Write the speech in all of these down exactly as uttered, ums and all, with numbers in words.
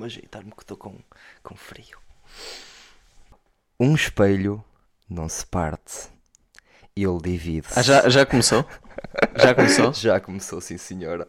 deixa-me ajeitar-me que estou com, com frio. Um espelho não se parte, ele divide-se. Ah, já, já começou? Já começou? Já começou, sim senhora.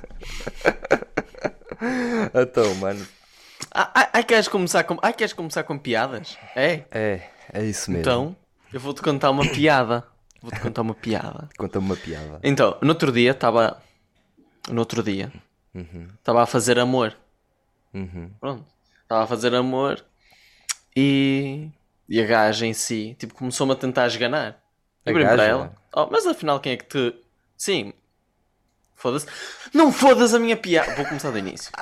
Então, mano. Ah, ai, ai, queres começar com, ai, queres começar com piadas? É? É, é isso mesmo. Então, eu vou-te contar uma piada. Vou-te contar uma piada. Conta-me uma piada. Então, no outro dia estava... No outro dia... Estava a fazer amor. Uhum. Pronto. Estava a fazer amor. E... E a gaja em si, tipo, começou-me a tentar esganar. A Eu brinquei para gaja? ela. Oh, mas afinal quem é que te... Sim. Foda-se. Não fodas a minha piada. Vou começar do início.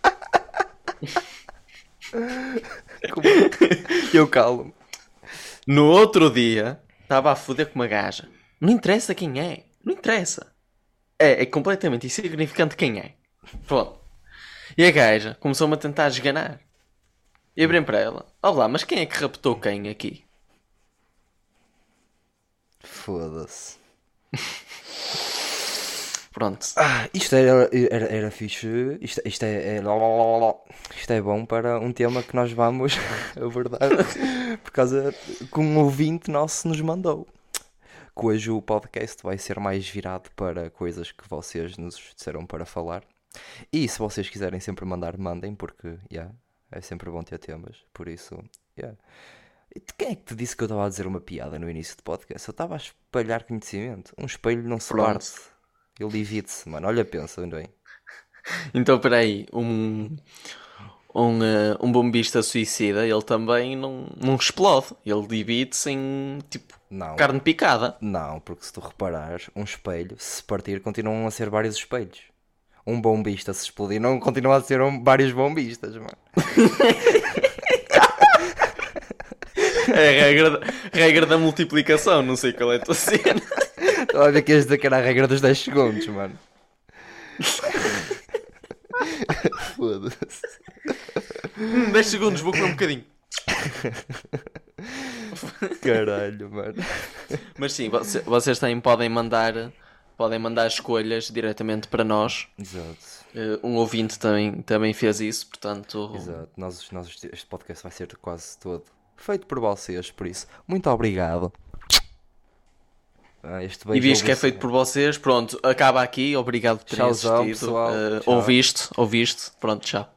Como... Eu calo-me. No outro dia, estava a foder com uma gaja. Não interessa quem é. Não interessa. É, é completamente insignificante quem é. Pronto. E a gaja começou-me a tentar esganar. E abri para ela. Olá, mas quem é que raptou quem aqui? Foda-se. Pronto. Ah, isto era, era, era fixe. Isto, isto, é, é, isto é bom para um tema que nós vamos abordar. Por causa que um ouvinte nosso nos mandou. Que hoje o podcast vai ser mais virado para coisas que vocês nos disseram para falar. E se vocês quiserem sempre mandar, mandem, porque yeah, é sempre bom ter temas. Por isso, yeah. E quem é que te disse que eu estava a dizer uma piada no início do podcast? Eu estava a espalhar conhecimento. Um espelho não se Pronto. parte. Ele divide-se, mano. Olha, pensa bem. Então, peraí. Um, um, uh, um bombista suicida, ele também não, não explode. Ele divide-se em, tipo, Não. carne picada. Não, porque se tu reparares, um espelho, se partir, continuam a ser vários espelhos. Um bombista, se explodir, não continua a ser um, vários bombistas, mano. É a regra, da- regra da multiplicação. Não sei qual é a tua cena. Estava a ver que ias dizer que era a regra dos dez segundos, mano. Foda-se. Hum, dez segundos, vou comer um bocadinho. Caralho, mano. Mas sim, voce- vocês têm, podem mandar podem mandar escolhas diretamente para nós. Exato. Eh, Um ouvinte também, também fez isso, portanto... Exato. Nós, nós, este podcast vai ser quase todo feito por vocês, por isso, muito obrigado. Ah, este E beijo visto que é ouve-se- feito por vocês, pronto, acaba aqui. Obrigado por terem Tchauzão, assistido. pessoal. Eh, Tchau. ouviste, ouviste, pronto, tchau.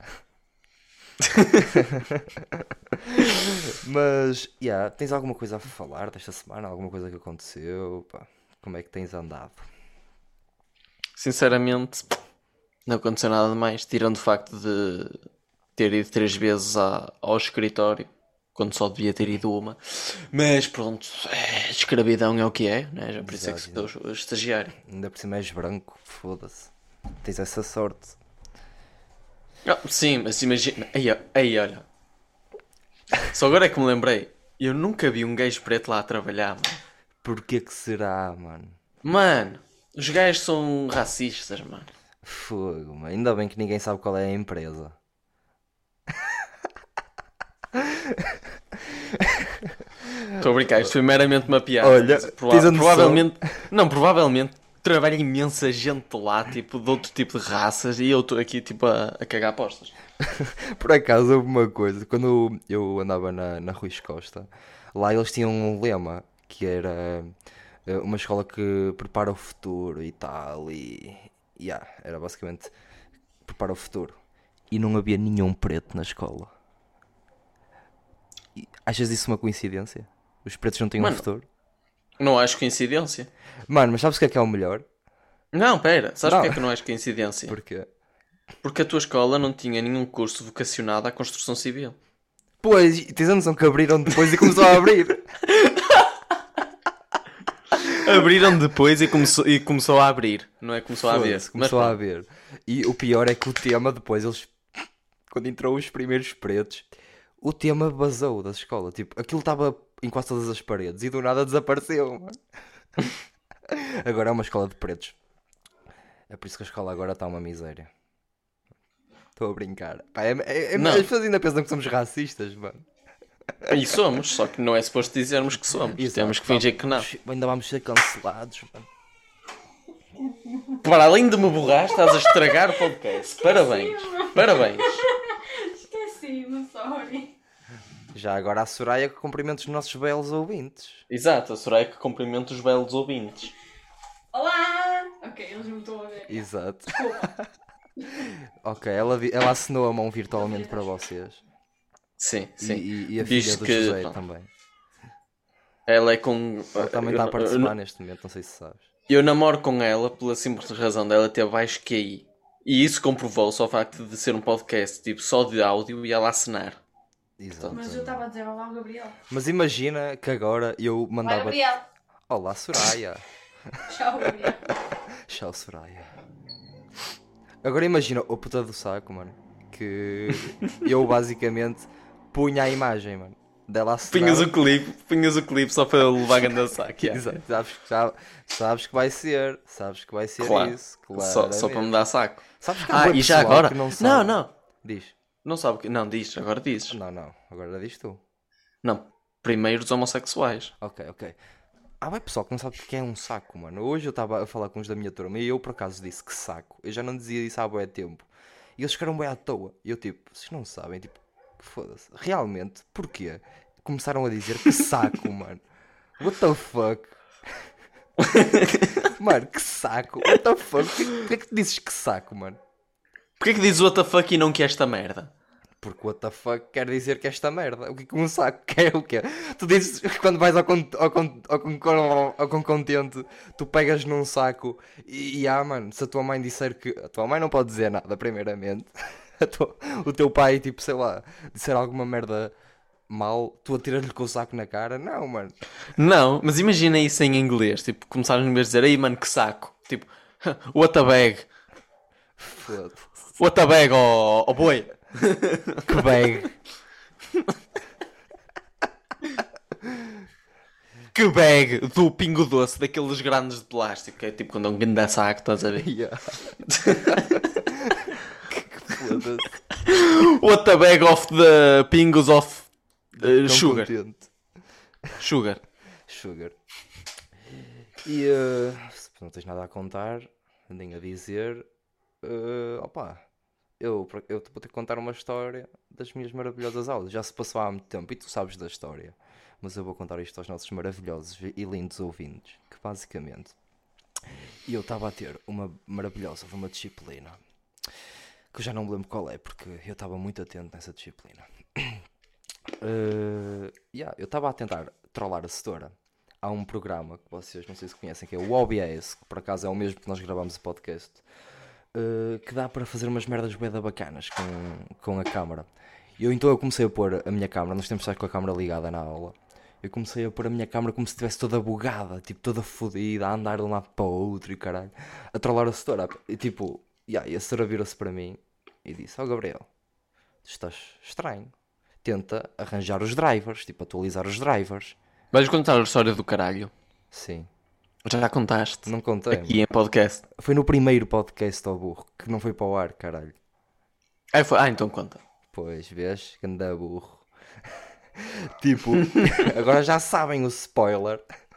Mas, yeah, tens alguma coisa a falar desta semana? Alguma coisa que aconteceu? Pá, como é que tens andado? Sinceramente, não aconteceu nada de mais, tirando o facto de ter ido três vezes à- ao escritório, quando só devia ter ido uma. Mas pronto, é, escravidão é o que é, né? Já por isso é que Exato, sou estagiário. Ainda por cima és branco, foda-se. Tens essa sorte. Ah, sim, mas imagina. Aí, ó- aí, olha. Só agora é que me lembrei. Eu nunca vi um gajo preto lá a trabalhar, mano. Porquê que será, mano? Mano, os gajos são racistas, mano. Fogo, mano. Ainda bem que ninguém sabe qual é a empresa. Estou a brincar, isto foi meramente uma piada. Olha, mas prova- tens a noção? provavelmente. Não, provavelmente trabalha imensa gente lá, tipo, de outro tipo de raças, e eu estou aqui, tipo, a, a cagar apostas. Por acaso houve uma coisa, quando eu andava na, na Ruiz Costa, lá eles tinham um lema que era eh, uma escola que prepara o futuro e tal, e yeah, era basicamente prepara o futuro. E não havia nenhum preto na escola. E achas isso uma coincidência? Os pretos não têm um Mano. futuro? Não acho coincidência. Mano, mas sabes o que é que é o melhor? Não, pera, sabes Não. porque é que não acho coincidência? Porquê? Porque a tua escola não tinha nenhum curso vocacionado à construção civil. Pois, tens a noção que abriram depois e começou a abrir. Abriram depois e começou, e começou a abrir, não é? Começou a haver. Foda-se, começou Mas a haver. E o pior é que o tema depois, eles quando entrou os primeiros pretos, o tema vazou da escola. Tipo, aquilo estava em quase todas as paredes e do nada desapareceu, mano. Agora é uma escola de pretos. É por isso que a escola agora está uma miséria. Estou a brincar. Pá, é, é, é, Não. as pessoas ainda pensam que somos racistas, mano. E somos, só que não é suposto dizermos que somos. Exato. Temos que fingir que não. Vamos- Ainda vamos ser cancelados, mano. Para além de me borrar, estás a estragar o podcast. Parabéns. Parabéns. Já agora a Soraya que cumprimenta os nossos belos ouvintes. Exato, a Soraya que cumprimenta os belos ouvintes. Olá! Ok, eles não estão a ver. Exato. Desculpa. Ok, ela, vi- ela assinou a mão virtualmente para vocês. Sim, E, sim. e, e a Diz filha do que, José pronto, também. ela é com... Ela também eu, está a eu- participar eu- neste momento, não sei se sabes. eu namoro com ela pela simples razão dela ter baixo Q I. E isso comprovou-se ao facto de ser um podcast tipo só de áudio e ela assinar. Exato. Mas eu estava a dizer olá ao Gabriel. Mas imagina que agora eu Olá, mandava. Gabriel. Olá, Soraya. Tchau, Gabriel. Tchau, Soraya. Agora imagina o puta do saco, mano. Que eu basicamente punha a imagem, mano. Dela assinar. Punhas o clipe, punhas o clipe só para levar grande saco. yeah. Exato. Sabes, que- sabe- sabes que vai ser. Sabes que vai ser Claro. isso. Só, só para me dar saco. Sabes que há Ah, bué e já pessoal agora? que não Não, sabe. não. Diz. Não sabe o que. Não, diz, agora dizes. Não, não. Agora diz tu. Não, primeiro os homossexuais. Ok, ok. Há bem pessoal que não sabe o que é um saco, mano. Hoje eu estava a falar com uns da minha turma e eu por acaso disse que saco. Eu já não dizia isso há bué tempo. E eles ficaram bem à toa. E eu tipo, vocês não sabem, tipo, foda-se. Realmente, porquê? Começaram a dizer que saco, mano. What the fuck? Mano, que saco. What the fuck? Porquê que tu dizes que saco, mano? Porquê que dizes what the fuck e não que esta merda? Porque what the fuck quer dizer que esta merda. O que é que um saco quer? O quê? Tu dizes que quando vais ao, con ao, con ao, con ao concontente, tu pegas num saco e, e ah, mano, se a tua mãe disser que. A tua mãe não pode dizer nada, primeiramente. A tua- o teu pai, tipo, sei lá, disser alguma merda mal, tu atiras-lhe com o saco na cara? Não, mano. Não, mas imagina isso em inglês. Tipo, começaram em vez de dizer, aí mano, que saco. Tipo, what a bag. Foda-se. What a bag, ó oh, boi. Que bag. Que bag do Pingo Doce, daqueles grandes de plástico. Que é tipo quando é um grande saco, estás a ver? Yeah. Que foda-se. What a bag of the Pingos of uh, Tão Sugar. contente. Sugar. Sugar. E eh, se não tens nada a contar, nem a dizer, eh, opa, eu, eu vou ter que contar uma história das minhas maravilhosas aulas. Já se passou há muito tempo e tu sabes da história, mas eu vou contar isto aos nossos maravilhosos e lindos ouvintes. Que basicamente, eu estava a ter uma maravilhosa de uma disciplina que eu já não me lembro qual é, porque eu estava muito atento nessa disciplina. Uh, yeah, eu estava a tentar trollar a setora. Há um programa que vocês não sei se conhecem, que é o O B S, que por acaso é o mesmo que nós gravamos o podcast, uh, que dá para fazer umas merdas bué da bacanas com, com a câmara. E eu então eu comecei a pôr a minha câmara, nós temos que estar com a câmara ligada na aula. Eu comecei a pôr a minha câmara como se estivesse toda bugada, tipo toda fodida, a andar de um lado para o outro e caralho, a trollar a setora. E tipo, yeah, e a setora virou-se para mim e disse: ó Gabriel, tu estás estranho. Tenta arranjar os drivers, tipo atualizar os drivers. Vais contar a história do caralho. Sim, Já contaste. não contei. Aqui em podcast. Foi no primeiro podcast ao burro, que não foi para o ar, caralho. Ah, foi... ah então conta. Pois, vês, que anda burro. Tipo, agora já sabem o spoiler.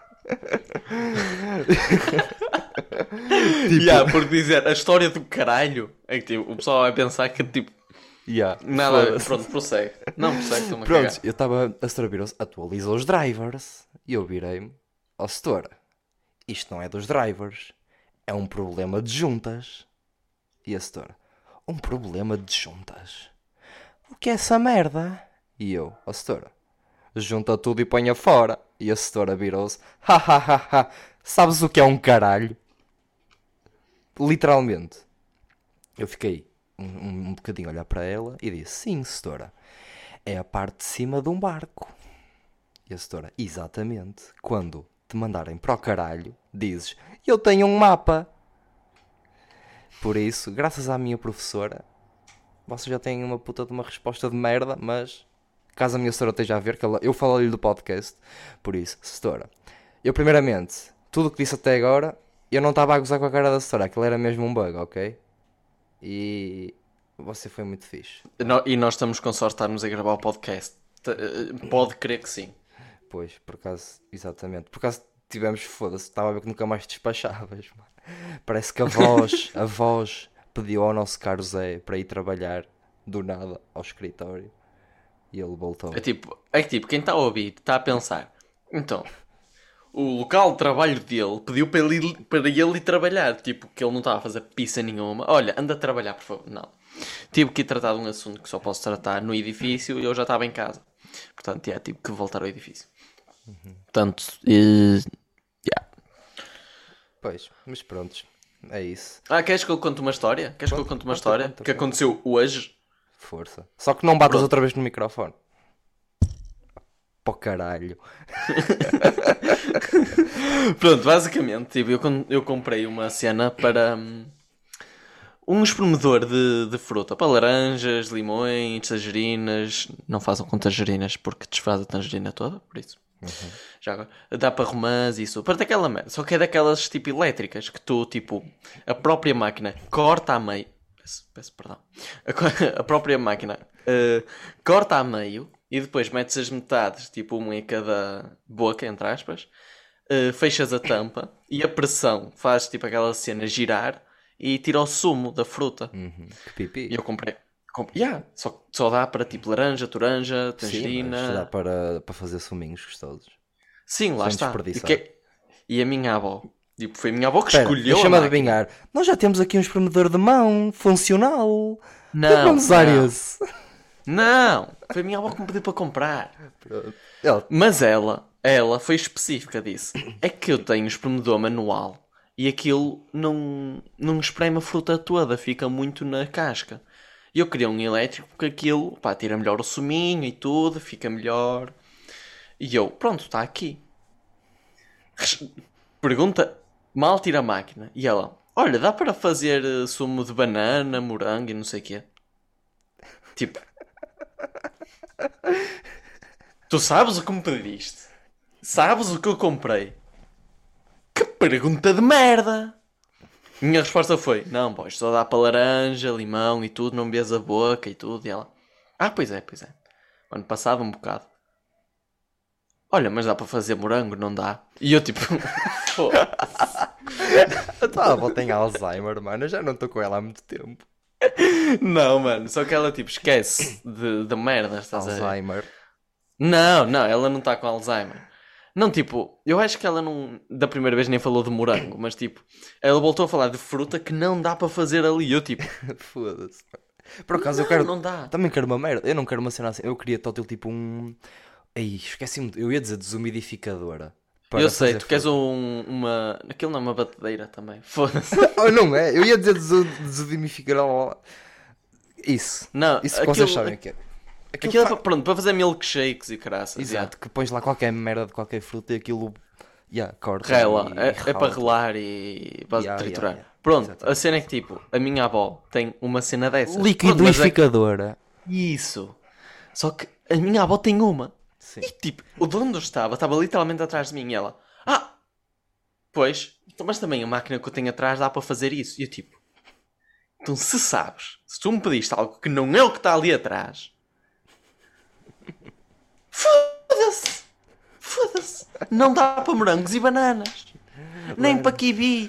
Tipo... Yeah, por dizer a história do caralho, é que tipo, o pessoal vai pensar que tipo. Yeah, Nada, foda-se. pronto, prossegue. Não prossegue, estou-me a Pronto, cagar. eu estava a setora virou-se, atualiza os drivers. E eu virei-me, ó setora, isto não é dos drivers, é um problema de juntas. E a setora, um problema de juntas? O que é essa merda? E eu, ó setora, junta tudo e ponha fora. E a setora virou-se, ha ha ha ha, sabes o que é um caralho? Literalmente. Eu fiquei um, um, um bocadinho a olhar para ela e disse, sim setora, é a parte de cima de um barco. E a setora, exatamente, quando te mandarem para o caralho, dizes, eu tenho um mapa. Por isso, graças à minha professora, vocês já têm uma puta de uma resposta de merda, mas caso a minha setora esteja a ver, que ela, eu falo-lhe do podcast, por isso, setora, eu primeiramente, tudo o que disse até agora, eu não estava a gozar com a cara da setora, aquilo era mesmo um bug, ok? E você foi muito fixe. No- E nós estamos com sorte de estarmos a gravar o podcast. T- eh, Pode crer que sim. Pois, por acaso, exatamente. Por acaso tivemos, foda-se, estava a ver que nunca mais despachavas, mano. Parece que a voz, a voz pediu ao nosso caro Zé para ir trabalhar do nada ao escritório. E ele voltou. É tipo, é que tipo, quem está a ouvir está a pensar. Então, o local de trabalho dele pediu para ele, ir- para ele ir trabalhar. Tipo, que ele não estava a fazer pizza nenhuma. Olha, anda a trabalhar, por favor. Não. Tive que ir tratar de um assunto que só posso tratar no edifício e eu já estava em casa. Portanto, yeah, tive que voltar ao edifício. Portanto, eh, yeah. Pois, mas prontos. É isso. Ah, queres que eu conte uma história? Queres que eu Conta, conte uma conta, história conta, que conta. aconteceu hoje? Força. Só que não batas Pronto. outra vez no microfone. Pô caralho. Pronto, basicamente, tipo, eu, com- eu comprei uma cena para hum, um espremedor de, de fruta, para laranjas, limões, tangerinas. Não façam com tangerinas porque desfaz a tangerina toda, por isso. Já agora, dá para romãs e isso. Para daquela merda. Só que é daquelas tipo elétricas que tu, tipo, a própria máquina corta a meio. Peço, peço perdão. A, co- a própria máquina eh, corta a meio e depois metes as metades, tipo, uma em cada boca, entre aspas. eh, fechas a tampa e a pressão faz tipo aquela cena girar e tira o sumo da fruta. Uhum. Que pipi. E eu comprei. comp- Yeah, só, só dá para tipo laranja, toranja, Sim, tangerina. mas dá para, para fazer suminhos gostosos. Sim, lá Sem está. E, desperdiçar. que- e a minha avó, tipo, foi a minha avó que Espera, escolheu a deixa-me máquina. adivinhar. Nós já temos aqui um espremedor de mão funcional. Não, Vamos usar não. esse. Não, foi a minha avó que me pediu para comprar. Pronto. Ele- Mas ela, ela foi específica disso. É que eu tenho espremedor manual e aquilo não, não espreme a fruta toda, fica muito na casca. E eu queria um elétrico porque aquilo, pá, tira melhor o suminho e tudo, fica melhor. E eu, pronto, está aqui. Res- Pergunta, mal tira a máquina. E ela, olha, dá para fazer eh, sumo de banana, morango e não sei o quê. Tipo, tu sabes o que me pediste? Sabes o que eu comprei? Que pergunta de merda! Minha resposta foi, não, pois, só dá para laranja, limão e tudo, não beias a boca e tudo. E ela, ah, pois é, pois é. Ano passado um bocado. Olha, mas dá para fazer morango, não dá? E eu tipo, pô, A tua avó tem Alzheimer, mano. Eu já não estou com ela há muito tempo. não, mano, só que ela tipo esquece de, de merda, estás a ver? Alzheimer. Não, não, ela não está com Alzheimer. Não, tipo, eu acho que ela não, da primeira vez nem falou de morango, mas tipo, ela voltou a falar de fruta que não dá para fazer ali. Eu tipo, Foda-se. Por acaso eu não, quero. não dá. Também quero uma merda. Eu não quero uma cena assim. Eu queria total tipo um. Ei, esqueci-me. Eu ia dizer desumidificadora. para Eu sei, fazer tu queres fruta. um, uma. Aquilo não é uma batedeira também. Foda-se. Oh, não é? Eu ia dizer desu- desumidificadora. Isso. Não, Isso que aquilo, vocês sabem que é. Aquilo aquilo é fa- para, pronto, para fazer milkshakes e caraças. Exato, que pões lá qualquer merda de qualquer fruta e aquilo. Yeah, corta. Yeah. Rela, e- é, e é para rala. relar e para Yeah, triturar. yeah, yeah. Pronto, Exatamente. a cena é que tipo, a minha avó tem uma cena dessas. Pronto, mas é- Liquidificadora. Isso. Só que a minha avó tem uma. Sim. E tipo, o de onde eu estava, estava literalmente atrás de mim e ela, ah, pois, então, mas também a máquina que eu tenho atrás dá para fazer isso. E eu tipo, então se sabes, se tu me pediste algo que não é o que está ali atrás, foda-se, foda-se, não dá para morangos e bananas, nem para kiwi,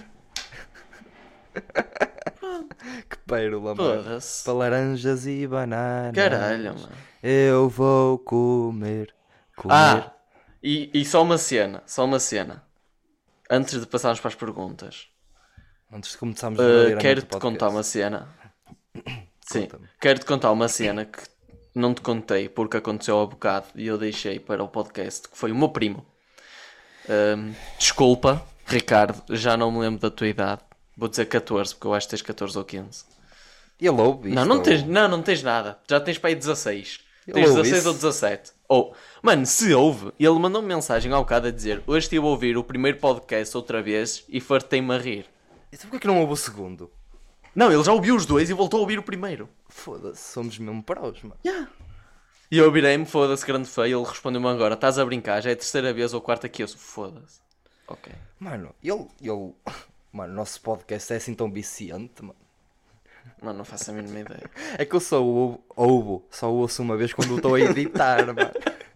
Que pérola, mano. foda-se, Para laranjas e bananas. caralho, mano. Eu vou comer. Comer. Ah, e, e só uma cena, só uma cena. Antes de passarmos para as perguntas, Antes de começarmos uh, verdadeiramente quero-te o podcast. contar uma cena. Sim, Conta-me. quero-te contar uma cena que não te contei porque aconteceu há bocado e eu deixei para o podcast, que foi o meu primo. Um, desculpa, Ricardo, já não me lembro da tua idade. Vou dizer catorze, porque eu acho que tens catorze ou quinze. Ele ouve Não, isto, não ou- tens, não, não tens nada. Já tens para aí dezasseis. Ele Tens ouve dezasseis isso? ou dezassete. Ou, mano, se houve, ele mandou-me mensagem ao bocado a dizer: hoje estive a ouvir o primeiro podcast outra vez e fartei-me a rir. Então porquê que não ouve o segundo? Não, ele já ouviu os dois e voltou a ouvir o primeiro. Foda-se, somos mesmo pros, mano. Yeah. E eu virei-me, foda-se, grande feio. Ele respondeu-me agora: estás a brincar? Já é a terceira vez ou quarta que eu sou. Foda-se. Ok. Mano, ele, ele... Mano, o nosso podcast é assim tão viciante, mano. Mano, não faço a mínima ideia. É que eu só ouvo, ouvo só ouço uma vez quando estou a editar, mano.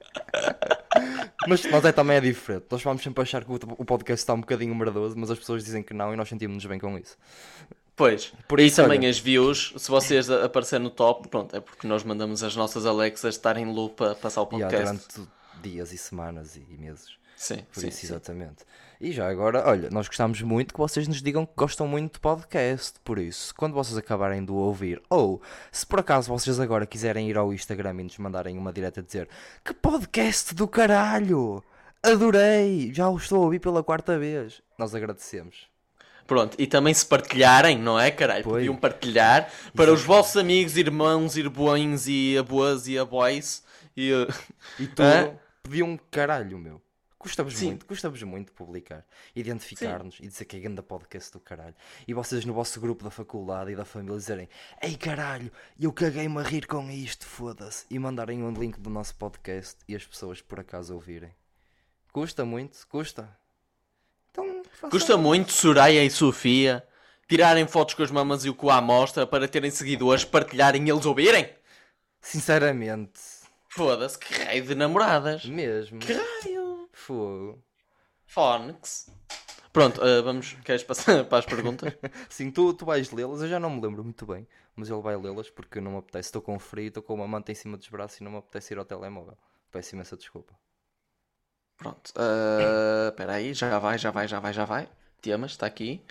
Mas nós é, também é diferente. Nós vamos sempre achar que o, o podcast está um bocadinho merdoso, mas as pessoas dizem que não e nós sentimos-nos bem com isso. Pois, Por e isso, também olha- as views, se vocês a- aparecer no top, pronto, é porque nós mandamos as nossas Alexas estar em loop a passar o E há podcast. durante dias e semanas e meses. Sim, Por sim, isso, sim. exatamente. E já agora, olha, nós gostamos muito que vocês nos digam que gostam muito de podcast. Por isso, quando vocês acabarem de o ouvir, ou se por acaso vocês agora quiserem ir ao Instagram e nos mandarem uma direta a dizer que podcast do caralho! Adorei! Já o estou a ouvir pela quarta vez. Nós agradecemos. Pronto, e também se partilharem, não é, caralho? Pois. Podiam partilhar para os vossos amigos, irmãos, irmãos e aboas e abois. E, uh, E tudo. Hã? Pediam um caralho, meu. Custa-vos Sim. muito, custa-vos muito publicar, identificar-nos e dizer que é grande podcast do caralho. E vocês no vosso grupo da faculdade e da família dizerem: ei caralho, eu caguei-me a rir com isto, foda-se. E mandarem um link do nosso podcast e as pessoas por acaso ouvirem. Custa muito? Custa. Então, façam- custa muito Soraya e Sofia tirarem fotos com as mamas e o cu à mostra para terem seguidores, partilharem e eles ouvirem? Sinceramente, Foda-se, que raio de namoradas. mesmo. Que raio. Fogo. Fónix. Pronto, uh, vamos. Queres passar para as perguntas? Sim, tu, tu vais lê-las, eu já não me lembro muito bem, mas ele vai lê-las porque não me apetece. Estou com frio, estou com uma manta em cima dos braços e não me apetece ir ao telemóvel. Peço imensa desculpa. Pronto. uh, Espera aí, já vai, já vai, já vai, já vai. Temas, está aqui.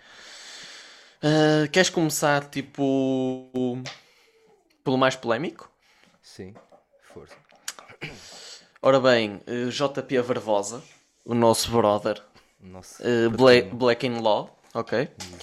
Uh, queres começar, tipo, pelo mais polémico? Sim, força. Ora bem, uh, J P Vervosa, o nosso brother, Nossa, uh, Bla Black in Law, ok?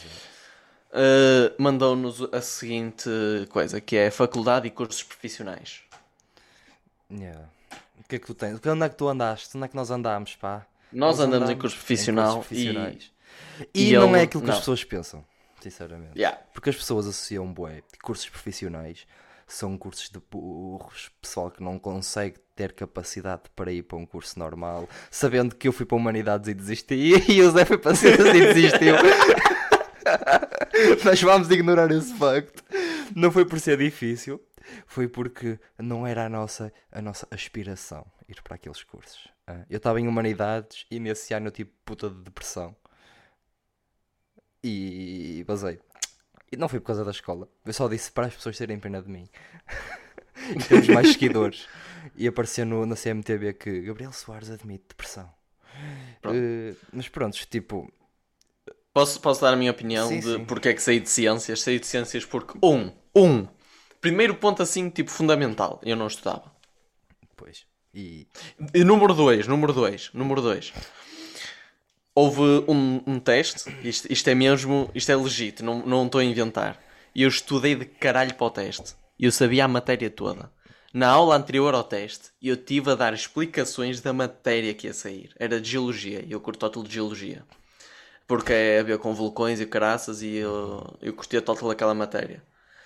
Uh, mandou-nos a seguinte coisa, que é Faculdade e Cursos Profissionais. yeah. O que é que tu tens? Onde é que tu andaste? Onde é que nós andámos, pá? Nós andamos em curso profissional cursos profissionais. e- E, e não ele- é aquilo que as não. pessoas pensam, sinceramente. Yeah. Porque as pessoas associam bué. Cursos profissionais são cursos de burros, pessoal que não consegue ter capacidade para ir para um curso normal, sabendo que eu fui para Humanidades e desisti, e o Zé foi para Ciências e desistiu. Nós vamos ignorar esse facto. Não foi por ser difícil, foi porque não era a nossa, a nossa aspiração ir para aqueles cursos. Ah, eu estava em Humanidades e nesse ano eu tive puta de depressão. E basei. E não foi por causa da escola. Eu só disse para as pessoas terem pena de mim. E temos mais seguidores. E apareceu no, na C M T V que Gabriel Soares admite depressão. Pronto. Eh, mas pronto, tipo, Posso, posso dar a minha opinião Sim, de sim. porque é que saí de ciências? Saí de ciências porque, um, um, primeiro ponto assim, tipo, fundamental, eu não estudava. pois. E E número dois, número dois, número dois. Houve um, um teste, isto, isto é mesmo, isto é legítimo, não não estou a inventar. E eu estudei de caralho para o teste. E eu sabia a matéria toda. Na aula anterior ao teste, eu tive a dar explicações da matéria que ia sair. Era de Geologia, e eu curto o título de Geologia. Porque é a ver com vulcões e caraças, e eu, eu curti a total daquela matéria.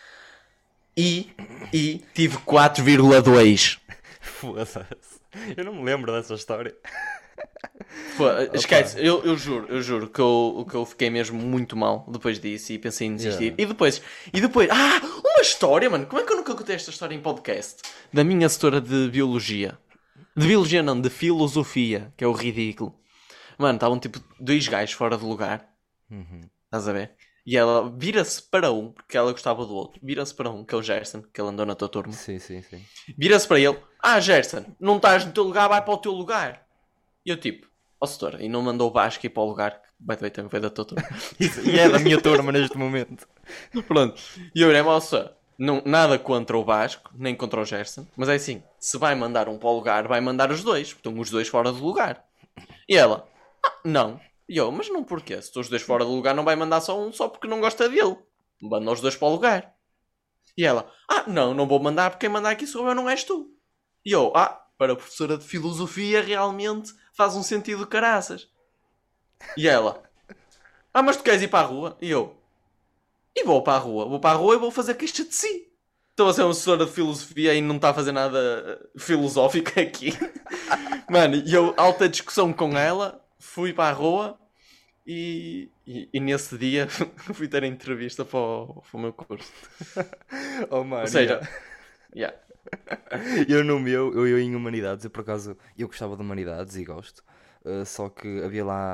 E, e tive quatro vírgula dois. foda-se. Eu não me lembro dessa história. Pô, esquece, eu, eu juro, eu juro que eu, que eu fiquei mesmo muito mal depois disso e pensei em desistir. Yeah. E depois, e depois, ah, uma história, mano, como é que eu nunca contei esta história em podcast? Da minha setora de biologia. De biologia não, de filosofia, que é o ridículo. Mano, estavam tipo dois gajos fora de lugar, estás a ver? E ela vira-se para um, porque ela gostava do outro, vira-se para um, que é o Gerson, que ele andou na tua turma. Sim, sim, sim. Vira-se para ele, ah, Gerson, não estás no teu lugar, vai para o teu lugar. E eu tipo, ó setora, e não mandou o Vasco ir para o lugar, que by the way também foi da tua turma. E é da minha turma neste momento. Pronto. E eu virei, ó setora, não, nada contra o Vasco, nem contra o Gerson, mas é assim, se vai mandar um para o lugar, vai mandar os dois, porque estão os dois fora do lugar. E ela, ah, não. E eu, mas não porquê? Se estão os dois fora do lugar, não vai mandar só um só porque não gosta dele. Manda os dois para o lugar. E ela, ah, não, não vou mandar porque quem mandar aqui sou eu, não és tu. E eu, ah, para a professora de filosofia realmente faz um sentido caraças. E ela, ah, mas tu queres ir para a rua? E eu, e vou para a rua. Vou para a rua e vou fazer queixa de si. Estou a ser uma professora de filosofia e não está a fazer nada filosófico aqui. Mano, e eu, alta discussão com ela, fui para a rua e, e, e nesse dia fui ter a entrevista para o, para o meu curso. Oh, mano, Ou seja, yeah. eu no meu, eu, eu em Humanidades, eu por acaso, eu gostava de Humanidades e gosto, uh, só que havia lá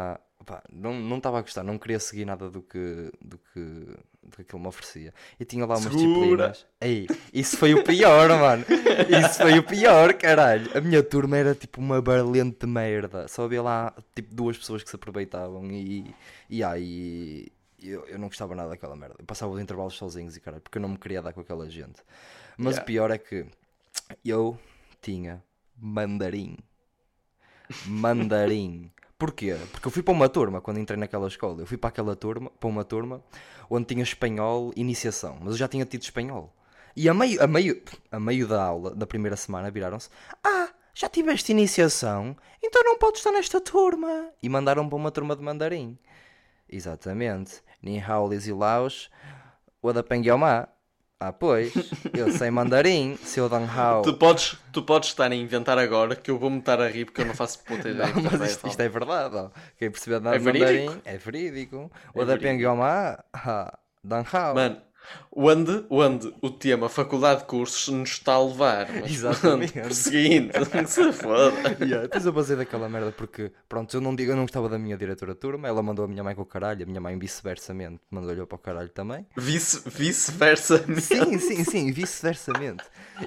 pá, não não estava a gostar, não queria seguir nada do que, do que, do que aquilo me oferecia. E tinha lá umas Segura. disciplinas. Ei, isso foi o pior, mano. Isso foi o pior, caralho. A minha turma era tipo uma valente merda. Só havia lá tipo duas pessoas que se aproveitavam e, e aí eu, eu não gostava nada daquela merda. Eu passava os intervalos sozinhos e caralho, porque eu não me queria dar com aquela gente. Mas Yeah. o pior é que eu tinha mandarim. Mandarim. Porquê? Porque eu fui para uma turma quando entrei naquela escola. Eu fui para aquela turma, para uma turma onde tinha espanhol iniciação, mas eu já tinha tido espanhol. E a meio, a meio, a meio da aula, da primeira semana, viraram-se: Ah, já tiveste iniciação? Então não podes estar nesta turma. E mandaram para uma turma de mandarim. Exatamente. Ni hao, li zi laos, wadapeng yoma. Ah, pois, eu sei mandarim, seu Dan Hao. Tu podes, tu podes estar a inventar agora que eu vou-me estar a rir porque eu não faço puta ideia. Não, do que mas vai isto, falar. isto é verdade. Ó. Quem percebeu nada É de verídico? mandarim é verídico. É O da verídico. Pengyoma, ah, Dan Hao. Mano, onde, onde o tema Faculdade de Cursos nos está a levar. Mas Exatamente. pronto, prosseguindo, que se foda. Yeah, depois eu basei daquela merda porque, pronto, eu não digo, eu não gostava da minha diretora de turma, ela mandou a minha mãe com o caralho, a minha mãe vice-versamente mandou-lhe para o caralho também. Vice, vice-versa. Sim, sim, sim, vice-versamente.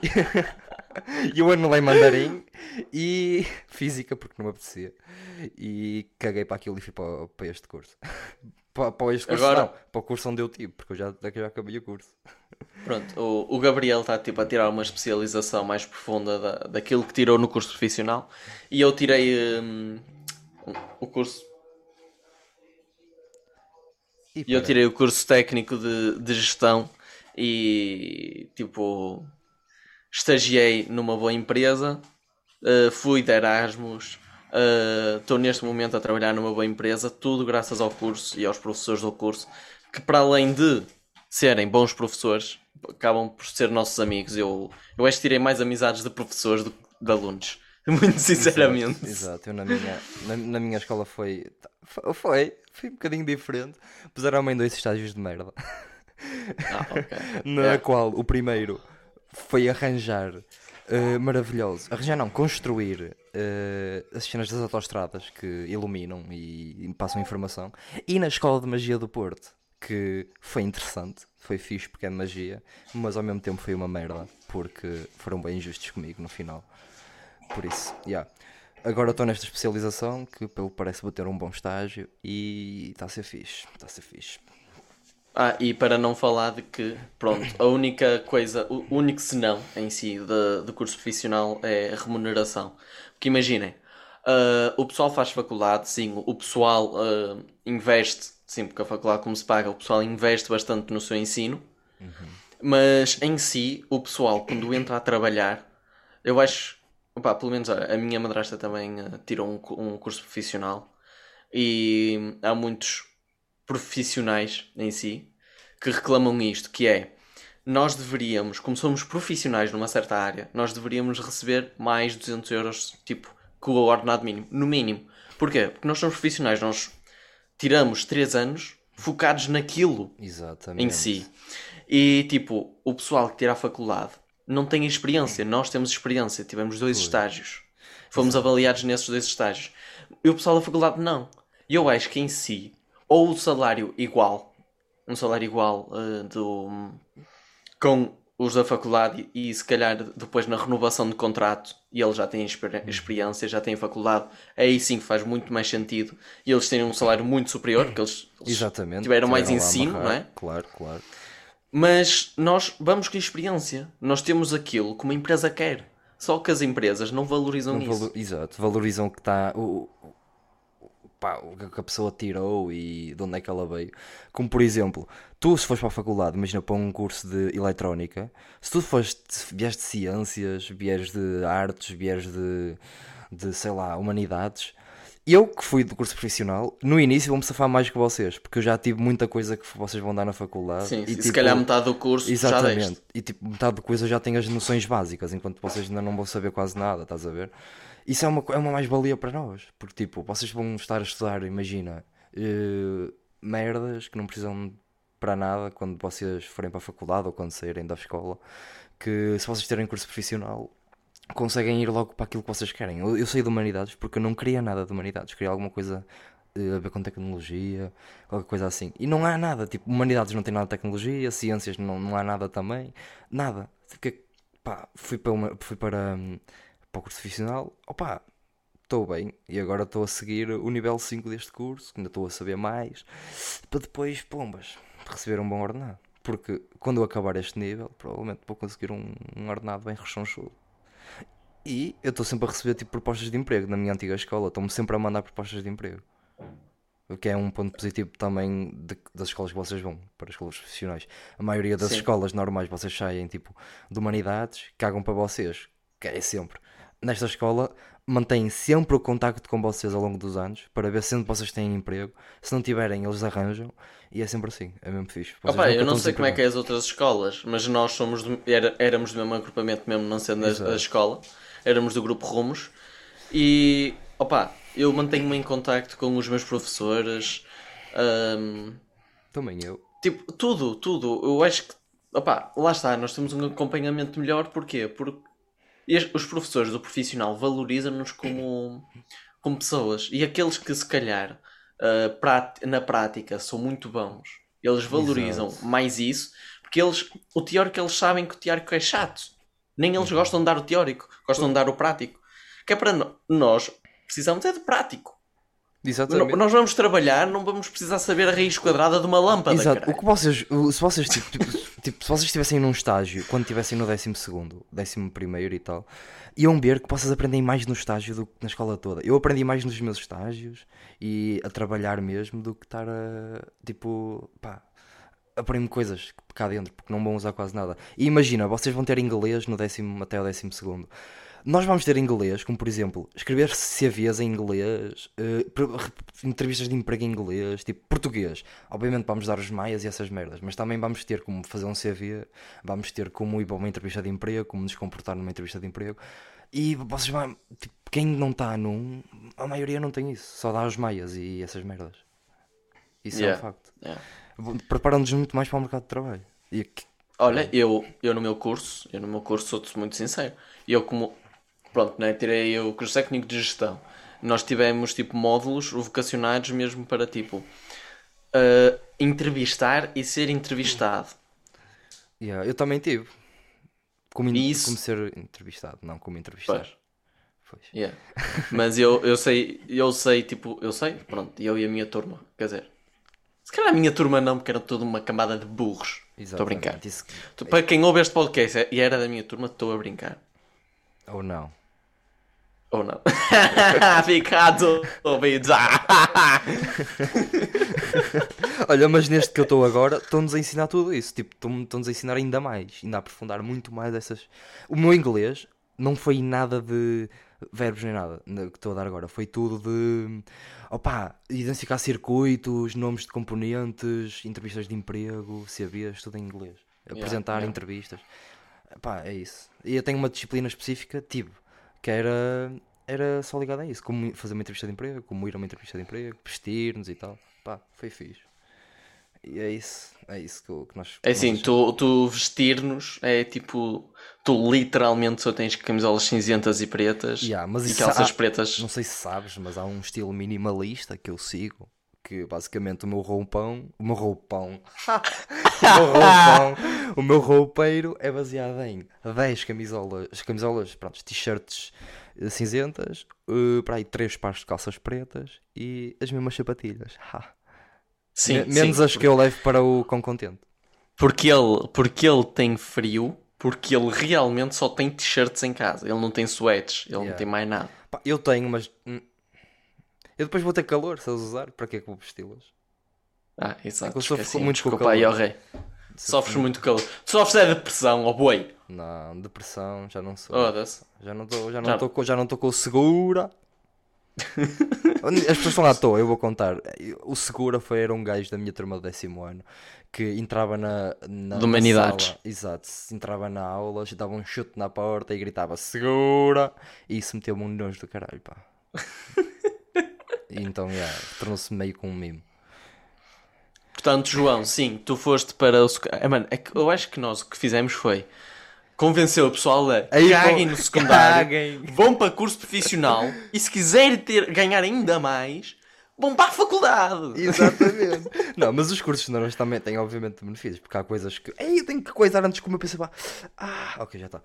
E eu anulei mandarim e física porque não me apetecia. E caguei para aquilo e fui para, para este curso. Para, para este curso, Agora- não, para o curso onde eu tive, porque eu já, eu já acabei o curso. Pronto, o, o Gabriel está tipo a tirar uma especialização mais profunda da, daquilo que tirou no curso profissional e eu tirei hum, o curso E e eu para- tirei o curso técnico de, de gestão e tipo estagiei numa boa empresa, uh, fui de Erasmus, estou neste momento a trabalhar numa boa empresa, tudo graças ao curso e aos professores do curso, que para além de serem bons professores, acabam por ser nossos amigos. Eu, eu acho que tirei mais amizades de professores do que de alunos, muito sinceramente. Exato, exato. Eu na minha, na, na minha escola foi, foi, foi um bocadinho diferente. Puseram-me em dois estágios de merda. Ah, ok. Na É. qual o primeiro foi arranjar, eh, maravilhoso, arranjar não, construir eh, as cenas das autoestradas que iluminam e, e passam informação, e na Escola de Magia do Porto, que foi interessante, foi fixe porque é de magia, mas ao mesmo tempo foi uma merda, porque foram bem injustos comigo no final. Por isso, yeah. Agora estou nesta especialização que pelo que parece vou ter um bom estágio e está a ser fixe, está a ser fixe. Ah, e para não falar de que, pronto, a única coisa, o único senão em si de, de curso profissional é a remuneração. Porque imaginem, ah, o pessoal faz faculdade, sim, o pessoal ah, investe, sim, porque a faculdade como se paga, o pessoal investe bastante no seu ensino, mas em si, o pessoal quando entra a trabalhar, eu acho, opá, pelo menos olha, a minha madrasta também ah, tirou um, cu- um curso profissional e há muitos profissionais em si que reclamam isto, que é nós deveríamos, como somos profissionais numa certa área, nós deveríamos receber mais de duzentos euros, tipo, com o ordenado mínimo, no mínimo. Porquê? Porque nós somos profissionais, nós tiramos três anos focados naquilo Exatamente. em si. E, tipo, o pessoal que tira a faculdade não tem experiência, nós temos experiência, tivemos dois estágios. Fomos avaliados nesses dois estágios. E o pessoal da faculdade não. E eu acho que em si, ou o salário igual, um salário igual eh, do, com os da faculdade e se calhar depois na renovação de contrato e eles já têm exper- experiência, já têm faculdade, aí sim faz muito mais sentido e eles têm um salário muito superior, porque eles, eles Exatamente. tiveram mais tiveram lá a ensino, amarrar. não é? Claro, claro. Mas nós vamos com experiência, nós temos aquilo que uma empresa quer, só que as empresas não valorizam Não isso. valo- Exato, valorizam o que está. O, o- pá, o que a pessoa tirou e de onde é que ela veio. Como por exemplo, tu se fores para a faculdade, imagina para um curso de eletrónica, se tu fores, se vieres de ciências, vieres de artes, vieres de, de sei lá, humanidades. Eu que fui do curso profissional, no início vou-me safar mais que vocês, porque eu já tive muita coisa que vocês vão dar na faculdade. Sim, e, se tipo, calhar metade do curso já exatamente. deste. E tipo, metade da coisa já tem as noções básicas, enquanto vocês ainda não vão saber quase nada, estás a ver? Isso é uma, co- é uma mais-valia para nós, porque tipo, vocês vão estar a estudar, imagina, eh, merdas que não precisam para nada quando vocês forem para a faculdade ou quando saírem da escola, que se vocês terem curso profissional, conseguem ir logo para aquilo que vocês querem. Eu, eu saí de humanidades porque eu não queria nada de humanidades, queria alguma coisa eh, a ver com tecnologia, qualquer coisa assim. E não há nada, tipo, humanidades não tem nada de tecnologia, ciências não, não há nada também, nada. Porque, pá, fui para, uma, fui para, hum, para o curso profissional, opá, estou bem, e agora estou a seguir o nível cinco deste curso, que ainda estou a saber mais, para depois, pombas, receber um bom ordenado. Porque quando eu acabar este nível, provavelmente vou conseguir um, um ordenado bem rechonchudo. E eu estou sempre a receber tipo propostas de emprego na minha antiga escola, estão-me sempre a mandar propostas de emprego. O que é um ponto positivo também de- das escolas que vocês vão, para as escolas profissionais. A maioria das Sim. escolas normais vocês saem tipo de humanidades, cagam para vocês, querem sempre. Nesta escola mantêm sempre o contacto com vocês ao longo dos anos para ver se onde vocês têm emprego. Se não tiverem, eles arranjam e é sempre assim, é mesmo fixe. Vocês Opa, nunca eu não estão sei como é que é desempregados. as outras escolas, mas nós somos do- era- éramos do mesmo agrupamento, mesmo não sendo a, Exato. a escola, éramos do grupo Rumos e opa, eu mantenho-me em contacto com os meus professores, ahm, Também eu. tipo, tudo, tudo. Eu acho que, opa, lá está, nós temos um acompanhamento melhor, porquê? Porque es- os professores do profissional valorizam-nos como, como pessoas e aqueles que se calhar ah, prát- na prática são muito bons, eles valorizam Exato. mais isso, porque eles, o teórico, eles sabem que o teórico é chato, nem eles gostam de dar o teórico, gostam de dar o prático, que é para no- nós precisamos é de prático. Exatamente. No- Nós vamos trabalhar, não vamos precisar saber a raiz quadrada de uma lâmpada. Exato, caralho. o que vocês, o- se vocês tipo, tipo, tipo, se vocês estivessem num estágio, quando estivessem no décimo segundo, décimo primeiro e tal, iam ver que vocês aprendem mais no estágio do que na escola toda. Eu aprendi mais nos meus estágios e a trabalhar mesmo do que estar a, tipo, pá, aprendo coisas cá dentro, porque não vão usar quase nada. E imagina, vocês vão ter inglês no décimo até o décimo segundo. Nós vamos ter inglês, como por exemplo, escrever C Vs em inglês, eh, pre- re- entrevistas de emprego em inglês, tipo português. Obviamente vamos dar os maias e essas merdas, mas também vamos ter como fazer um C V, vamos ter como ir para uma entrevista de emprego, como nos comportar numa entrevista de emprego. E vocês vão, tipo, quem não está num, a maioria não tem isso, só dá os maias e essas merdas. Isso é Yeah, um facto. yeah. Preparam-nos muito mais para o mercado de trabalho. E aqui- Olha, eu, eu no meu curso, eu no meu curso sou-te muito sincero. Eu como, pronto, né, tirei o curso técnico de gestão. Nós tivemos tipo módulos vocacionados mesmo para tipo uh, entrevistar e ser entrevistado. yeah, eu também tive. Como, in- E isso- como ser entrevistado, não como entrevistar. Pois. Pois. Yeah. Mas eu, eu sei, eu sei, tipo, eu sei, pronto, eu e a minha turma, quer dizer, se calhar a minha turma não, porque era toda uma camada de burros. Estou a brincar. Exatamente, isso- Tu- Para quem ouve este podcast e era da minha turma, estou a brincar. Ou não. Ou não? Ficado ouvidos. Olha, mas neste que eu estou agora, estão-nos a ensinar tudo isso. Tipo, estão- estão-nos a ensinar ainda mais, ainda a aprofundar muito mais essas. O meu inglês não foi nada de verbos nem nada na- que estou a dar agora. Foi tudo de. Opá, identificar circuitos, nomes de componentes, entrevistas de emprego, C Vs, tudo em inglês. Apresentar yeah. entrevistas. Epá, é isso. E eu tenho uma disciplina específica, tive, que era, era só ligada a isso. Como fazer uma entrevista de emprego, como ir a uma entrevista de emprego, vestir-nos e tal. Pá, foi fixe. E é isso, é isso que, eu- que nós... É assim, nós- tu, tu vestir-nos é tipo, tu literalmente só tens camisolas cinzentas e pretas Yeah, mas e isso calças há- pretas. Não sei se sabes, mas há um estilo minimalista que eu sigo, que basicamente o meu roupão, o meu roupão, o meu roupão, o meu roupeiro é baseado em dez camisolas, camisolas, pronto, t-shirts eh, cinzentas, eh, para aí três pares de calças pretas e as mesmas sapatilhas. Ha. Sim, Me- Menos sim. as que eu levo para o com contente. Porque ele, porque ele tem frio, porque ele realmente só tem t-shirts em casa. Ele não tem sweats, ele Yeah. não tem mais nada. Pá, eu tenho, mas hum, eu depois vou ter calor se as usar, para que é que vou vesti-las? Ah, exato. É que eu sofro esqueci-me. muito com o Desculpa aí, calor. ó rei. Sofres muito calor. Tu sofres é depressão, ó boi. Não, depressão, já não sou. Foda-se. Já não estou já Já- não tô com, já não tô com o segura. As pessoas estão lá à toa, eu vou contar. O segura foi, era um gajo da minha turma do décimo ano que entrava na, na, De na humanidades. sala, exato, entrava na aula, dava um chute na porta e gritava segura, e isso meteu-me um nojo do caralho, pá. E então, yeah, tornou-se meio com um mimo. Portanto, João, sim, tu foste para o... sec- Ah, mano, é que eu acho que nós o que fizemos foi convencer o pessoal a Aí, caguem pô, no secundário, caguem. vão para curso profissional e se quiserem ter, ganhar ainda mais, vão para a faculdade. Exatamente. Não, mas os cursos de normas também têm, obviamente, benefícios, porque há coisas que. Ei, eu tenho que coisar antes de comer. Pensei, pá. Ah, ok, já está.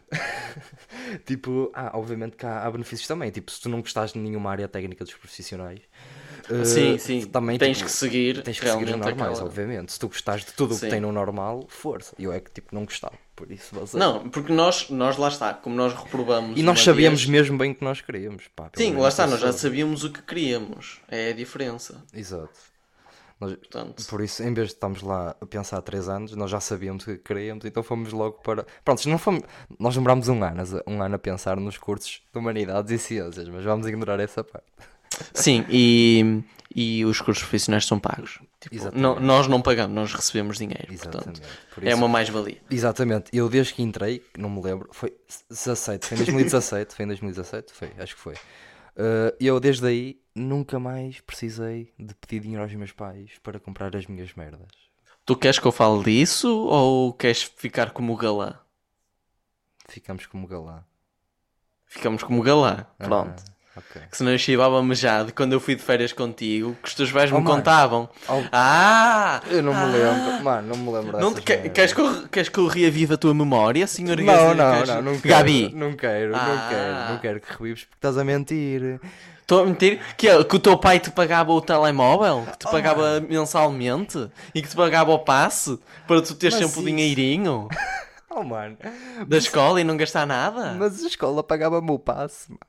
Tipo, ah, obviamente que há, há benefícios também. Tipo, se tu não gostares de nenhuma área técnica dos profissionais, eh, Sim, sim. também Tens tipo, que seguir tens que seguir os realmente normais, aquela- obviamente. Se tu gostares de tudo o que Sim. tem no normal, força. Eu é que tipo não gostava, por isso você. Não, porque nós, nós lá está, como nós reprovamos. E nós uma sabíamos vez- mesmo bem o que nós queríamos. Pá, pelo Sim, menos lá está, eu nós já soube. sabíamos o que queríamos. É a diferença. Exato. Nós- Portanto, Por isso, em vez de estarmos lá a pensar há três anos, nós já sabíamos o que queríamos, então fomos logo para. Pronto, não fomos. Nós demorámos um ano, a- um ano a pensar nos cursos de Humanidades e Ciências, mas vamos ignorar essa parte. sim, e, e os cursos profissionais são pagos. Tipo, Exatamente. não- nós não pagamos, nós recebemos dinheiro. Exatamente. Portanto, Por é isso- uma mais-valia. Exatamente. Eu desde que entrei, que não me lembro, foi dezassete, foi em dois mil e dezassete, foi em dois mil e dezassete, foi, acho que foi. Uh, eu desde aí nunca mais precisei de pedir dinheiro aos meus pais para comprar as minhas merdas. Tu queres que eu fale disso ou queres ficar como galã? Ficamos como galã. Ficamos como galã, pronto. Ah, ok. Que senão eu chivava-me já de quando eu fui de férias contigo, que os teus pais me Oh, mano. contavam. Oh, Ah! eu não me ah, lembro, mano, não me lembro Não dessas te que- merdas. queres, que eu, queres que eu reavive a tua memória, senhor Não, Gazi- não, queres- não, não quero. Gabi, Não quero, Ah. não quero, não quero que revives porque estás a mentir. estou a mentir que, é, que o teu pai te pagava o telemóvel, que te Oh, pagava mensalmente e que te pagava o passe para tu teres Mas sempre o isso- dinheirinho Oh, mano. da escola e não gastar nada. Mas a escola pagava-me o passe, mano.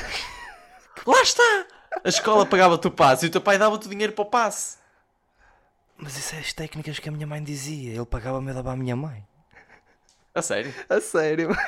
Lá está! A escola pagava-te o passe e o teu pai dava-te o dinheiro para o passe. Mas isso é as técnicas que a minha mãe dizia. Ele pagava-me e eu dava à minha mãe. A sério? A sério, mano.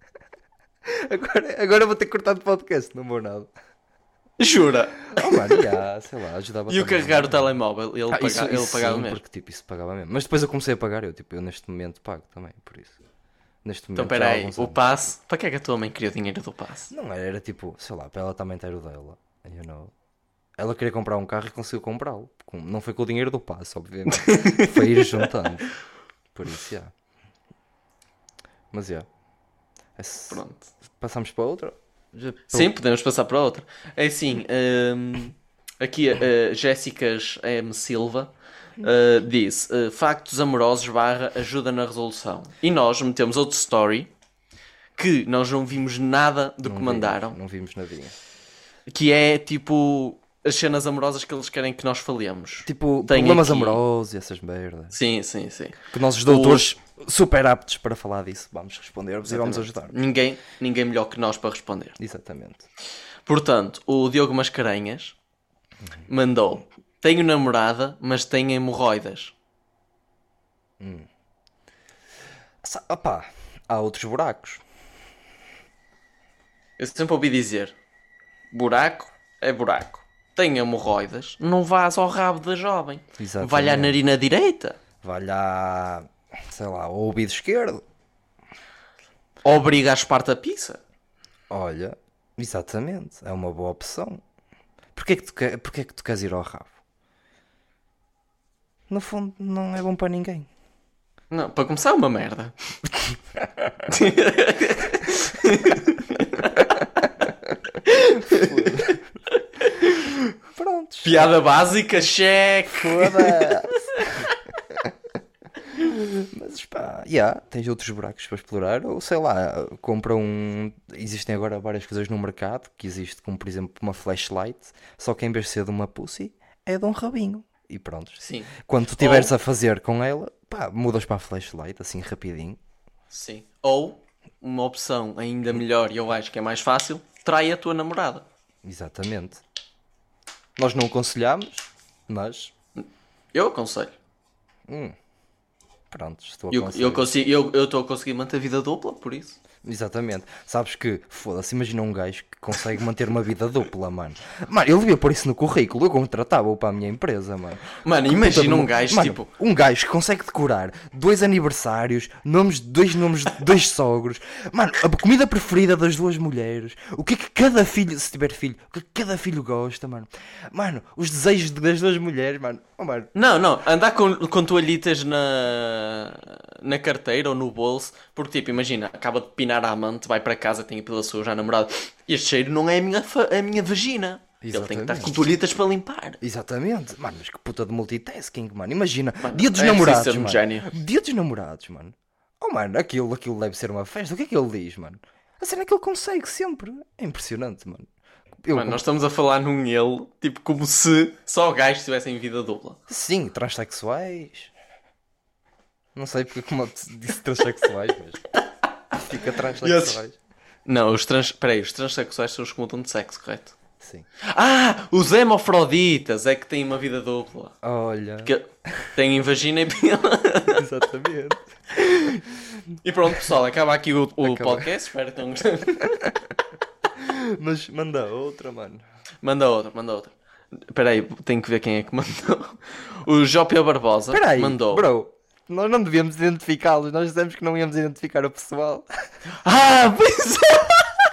Agora, agora vou ter que cortar de podcast, não vou nada. Jura? Oh, mano, já, sei lá, ajudava E o também. carregar o telemóvel, ele, Ah, paga- isso, ele isso pagava sim, mesmo. porque tipo, isso pagava mesmo. Mas depois eu comecei a pagar, eu, tipo, eu neste momento pago também, por isso. Neste Então momento já há peraí, alguns o anos. passe, para que é que a tua mãe queria o dinheiro do passe? Não era, era tipo, sei lá, para ela também ter o dela. You know. Ela queria comprar um carro e conseguiu comprá-lo. Com- Não foi com o dinheiro do passe, obviamente. Foi ir juntando. Por isso, já. Mas, já. Esse- Pronto. Passamos para outra? Já- Sim, podemos passar para outra. É assim, hum, aqui a Jéssicas M. Silva uh, disse uh, factos amorosos barra ajuda na resolução. E nós metemos outro story que nós não vimos nada do Não que mandaram, vimos, não vimos nadinha. que é tipo as cenas amorosas que eles querem que nós falemos. Tipo, Tem problemas aqui- amorosos e essas merdas. Sim, sim, sim. Que nossos doutores super aptos para falar disso. Vamos responder-vos e vamos ajudar. Ninguém, ninguém melhor que nós para responder. Exatamente. Portanto, o Diogo Mascarenhas mandou: tenho namorada, mas tenho hemorroidas. Sa- Opá, há outros buracos. Eu sempre ouvi dizer: buraco é buraco. Tem hemorroidas, não vás ao rabo da jovem. Exatamente. Vai-lhe à narina direita. Vai lá, sei lá, ao ouvido esquerdo. Obriga a esparta pizza. Olha, exatamente, é uma boa opção. Porquê que tu, quer, porquê que tu queres ir ao rabo? No fundo, não é bom para ninguém. Não, para começar é uma merda. Prontos. Piada básica, cheque. Foda-se. Mas pá, yeah, tens outros buracos para explorar, ou sei lá, compra um. Existem agora várias coisas no mercado que existe, como por exemplo uma flashlight, só que em vez de ser de uma pussy, é de um rabinho. E pronto. Sim. Quando tu estiveres a fazer com ela, pá, mudas para a flashlight, assim rapidinho. Sim. Ou, uma opção ainda melhor e eu acho que é mais fácil, trai a tua namorada. Exatamente. Nós não aconselhamos, mas Eu aconselho. pronto, estou a Eu aconselhar. eu consigo, eu eu estou a conseguir manter a vida dupla, por isso. Exatamente. Sabes que, foda-se, imagina um gajo que consegue manter uma vida dupla, mano. Mano, eu devia pôr isso no currículo, eu contratava-o para a minha empresa, mano. Mano, Que imagina puta de um gajo, mano, tipo- Um gajo que consegue decorar dois aniversários, nomes, dois nomes de dois sogros, mano, a comida preferida das duas mulheres, o que é que cada filho, se tiver filho, o que é que cada filho gosta, mano. Mano, os desejos das duas mulheres, mano. Oh, mano. Não, não, andar com, com toalhitas na, na carteira ou no bolso, porque tipo, imagina, acaba de pinar a amante, vai para casa, tem a pila suja, a namorada, este cheiro não é a minha, fa- a minha vagina. Ele tem que estar Exatamente. com toalhitas para limpar. Exatamente. Mano, mas que puta de multitasking, mano. Imagina, Mano, dia dos é preciso namorados, ser um mano. gênio. Dia dos namorados, mano. Oh, mano, aquilo, aquilo deve ser uma festa. O que é que ele diz, mano? A cena é que ele consegue sempre. É impressionante, mano. Eu, Mano, como- nós estamos a falar num ele, tipo, como se só gajos tivessem vida dupla. Sim, transexuais. Não sei porque como eu te disse transexuais, mas fica transexuais. Não, os trans... Peraí, os transexuais são os que mudam de sexo, correto? Sim. Ah, os hemofroditas é que têm uma vida dupla. Olha, Que têm vagina e pila. exatamente. E pronto, pessoal, acaba aqui o, o Acaba. podcast. Espero que tenham gostado. Mas manda outra, mano. Manda outra, manda outra. Espera aí, tenho que ver quem é que mandou. O J P Barbosa Espera aí, mandou. bro. Nós não devíamos identificá-los. Nós dissemos que não íamos identificar o pessoal. Ah, pois é.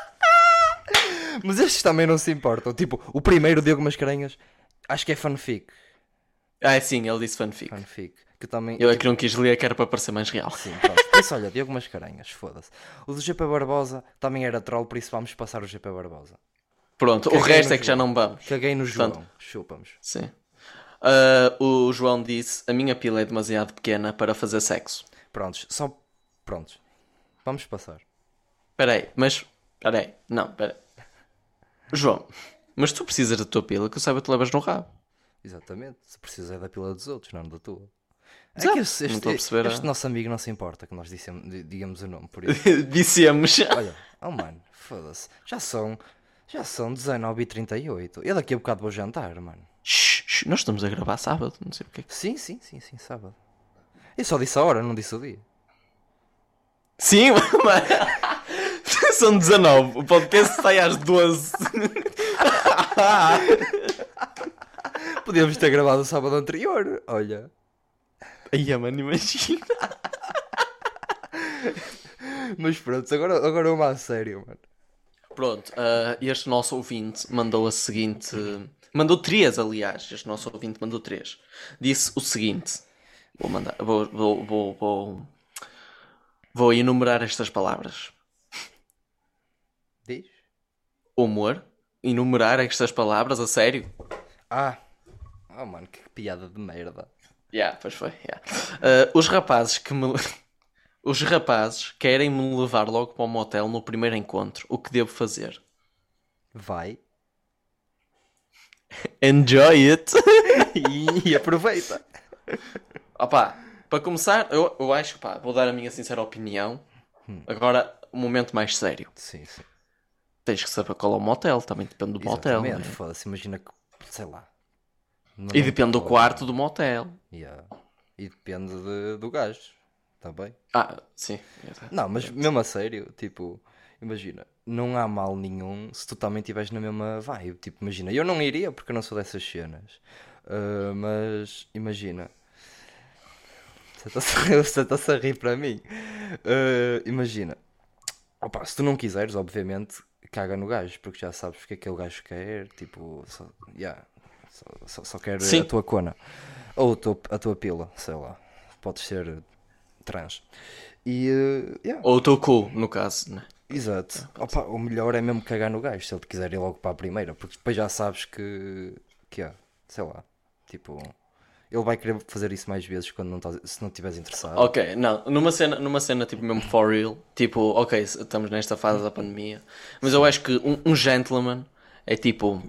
Mas estes também não se importam. Tipo, o primeiro, Diogo Mascarenhas, acho que é fanfic. Ah, sim, ele disse fanfic. Fanfic. Que também... Eu é que não quis ler, que era para parecer mais real. Sim, pronto. Por isso, olha, Diogo Mascarenhas, foda-se. O do G P Barbosa também era troll, por isso vamos passar o G P Barbosa. Pronto, o Caguei resto no é que já João. não vamos. Caguei no João. Portanto, Chupamos. sim. Ah, o João disse: a minha pila é demasiado pequena para fazer sexo. Prontos, só... Prontos. Vamos passar. Espera aí, mas. Espera aí, não, espera aí. João, mas tu precisas da tua pila, que eu saiba que tu levas no rabo. Exatamente. Se precisas é da pila dos outros, não da tua. É Exato. que este, Não este, estou a perceber a- este nosso amigo não se importa que nós dissemos, di- digamos o nome, por isso. Dissemos. Olha, oh mano, foda-se. Já são... Já são dezenove e trinta e oito. Eu daqui a bocado vou jantar, mano. Shhh, shhh, nós estamos a gravar sábado, não sei porque. Sim, sim, sim, sim, sábado. Eu só disse a hora, não disse o dia. Sim, mas. São dezanove. O podcast sai às doze. Podíamos ter gravado o sábado anterior, olha. Aí, mano, imagina. Mas pronto, agora, agora uma a sério, mano. Pronto, ah, este nosso ouvinte mandou a seguinte. Mandou três, aliás. Este nosso ouvinte mandou três. Disse o seguinte. Vou mandar. Vou, vou, vou, vou, vou enumerar estas palavras: Diz? humor. Enumerar estas palavras, a sério? Ah. Oh mano, que piada de merda. Yeah, pois foi. Yeah. Ah, os rapazes que me. Os rapazes querem me levar logo para o motel no primeiro encontro. O que devo fazer? Vai. Enjoy it! E aproveita. Opa, para começar, eu, eu acho, pá, vou dar a minha sincera opinião. Agora, um momento mais sério. Sim, sim. Tens que saber qual é o motel, também depende do motel. Exatamente, Né? foda-se, imagina que, sei lá. Não- E não depende do pode- quarto do motel. Yeah. E depende de- do gajo, também. Ah, sim. Não, mas mesmo a sério, tipo, imagina, não há mal nenhum se tu também estiveres na mesma vibe. Tipo, imagina, eu não iria porque eu não sou dessas cenas. Ah, mas imagina, você está-se você está-se a rir para mim. Ah, imagina, opa, se tu não quiseres, obviamente, caga no gajo, porque já sabes o que é que o gajo quer. Tipo, só, yeah, só, só, só quer Sim. a tua cona ou a tua, a tua pila, sei lá, podes ser trans. E, eh, yeah, Ou o teu cu, no caso, né? exato. Opa, o melhor é mesmo cagar no gajo se ele quiser ir logo para a primeira, porque depois já sabes que, que é, sei lá, tipo, ele vai querer fazer isso mais vezes quando não estás, se não estiveres interessado. Ok, não, numa cena, numa cena tipo mesmo for real, tipo, ok, estamos nesta fase da pandemia, mas eu acho que um, um gentleman é tipo.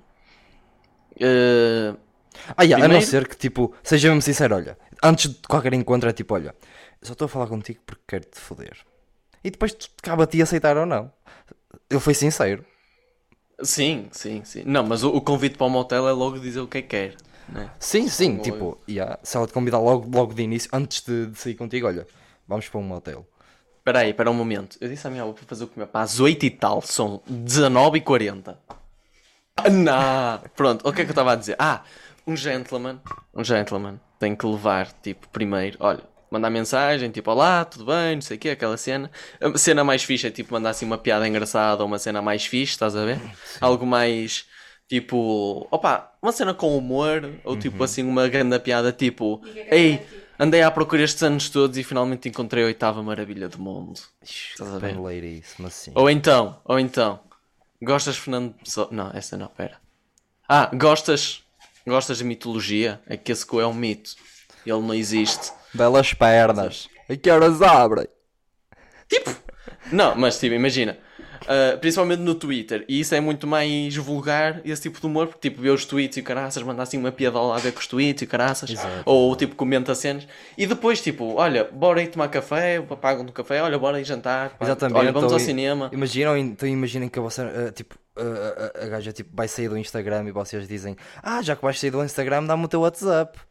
eh, Ah, yeah, a não primeiro- ser que, tipo, seja mesmo sincero, olha, antes de qualquer encontro é tipo, olha, eu só estou a falar contigo porque quero te foder. E depois tu cabe a ti aceitar ou não. Eu fui sincero. sim, sim, sim. Não, mas o, o convite para o motel é logo dizer o que é que quer, né? Sim, sim, Como tipo, yeah, se ela te convidar logo, logo de início, antes de, de sair contigo, olha, vamos para um motel. Espera aí, espera um momento. Eu disse à minha avó para fazer o comer para às oito e tal, são dezanove e quarenta. Ah, não! Pronto, o que é que eu estava a dizer? Ah, um gentleman, um gentleman tem que levar, tipo, primeiro, olha, mandar mensagem, tipo, olá, tudo bem, não sei o quê, aquela cena. A cena mais fixe é, tipo, mandar assim uma piada engraçada ou uma cena mais fixe, estás a ver? Algo mais, tipo, opa, uma cena com humor, ou tipo, assim, uma grande piada, tipo, ei, andei à procura estes anos todos e finalmente encontrei a oitava maravilha do mundo. Estás a ver? Paneleirice, mas sim. Ou então, ou então, gostas de Fernando Pessoa? Não, essa não, pera. Ah, gostas, gostas de mitologia? É que esse cu é um mito. Ele não existe. Belas pernas. A que horas abrem? Tipo, não, mas tipo, imagina. Uh, principalmente no Twitter, e isso é muito mais vulgar, esse tipo de humor, porque tipo, vê os tweets e o caraças, manda assim uma piadola a ver com os tweets e o caraças, Exato. ou tipo, comenta cenas, e depois tipo, olha, bora ir tomar café, pagam no café, olha, bora ir jantar, pá, Exatamente. olha, vamos então, ao cinema. Imaginam, então imaginem que você, uh, tipo, uh, a, a gaja tipo, vai sair do Instagram e vocês dizem: Ah, já que vais sair do Instagram, dá-me o teu WhatsApp.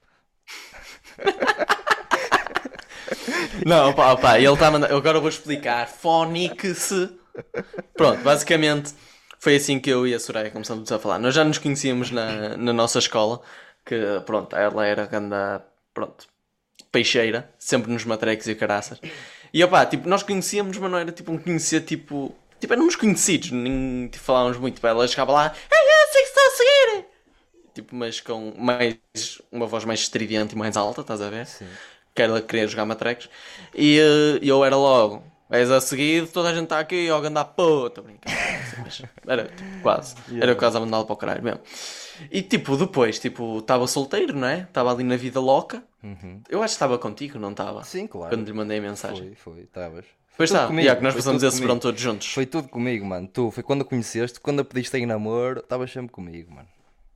Não, pá, pá, ele está a mandar, agora eu vou explicar, Phonics. Pronto, basicamente foi assim que eu e a Soraya começamos a falar. Nós já nos conhecíamos na, na nossa escola, que pronto, ela era ganda, pronto, peixeira, sempre nos matrecos e caraças. E opá, tipo, nós conhecíamos, mas não era tipo um conhecer, tipo, tipo, éramos conhecidos, nem tipo, falávamos muito bem. Ela chegava lá, ei, eu sei que estou a seguir! Tipo, mas com mais, uma voz mais estridente e mais alta, estás a ver? Sim. Que ela queria jogar matrecos. E uh, eu era logo, és a seguir, toda a gente está aqui, ó, ganda puta, brincar. Mas era tipo, quase, era quase a mandá-lo para o caralho mesmo. E tipo, depois, tipo, estava solteiro, não é? Estava ali na vida louca. Uhum. Eu acho que estava contigo, não estava? Sim, claro. Quando lhe mandei a mensagem. Foi, foi, estavas. Pois tudo está, comigo, já que nós foi passamos tudo esse comigo. verão todos juntos. Foi tudo comigo, mano. Tu, foi quando a conheceste, quando a pediste em namoro, estavas sempre comigo, mano.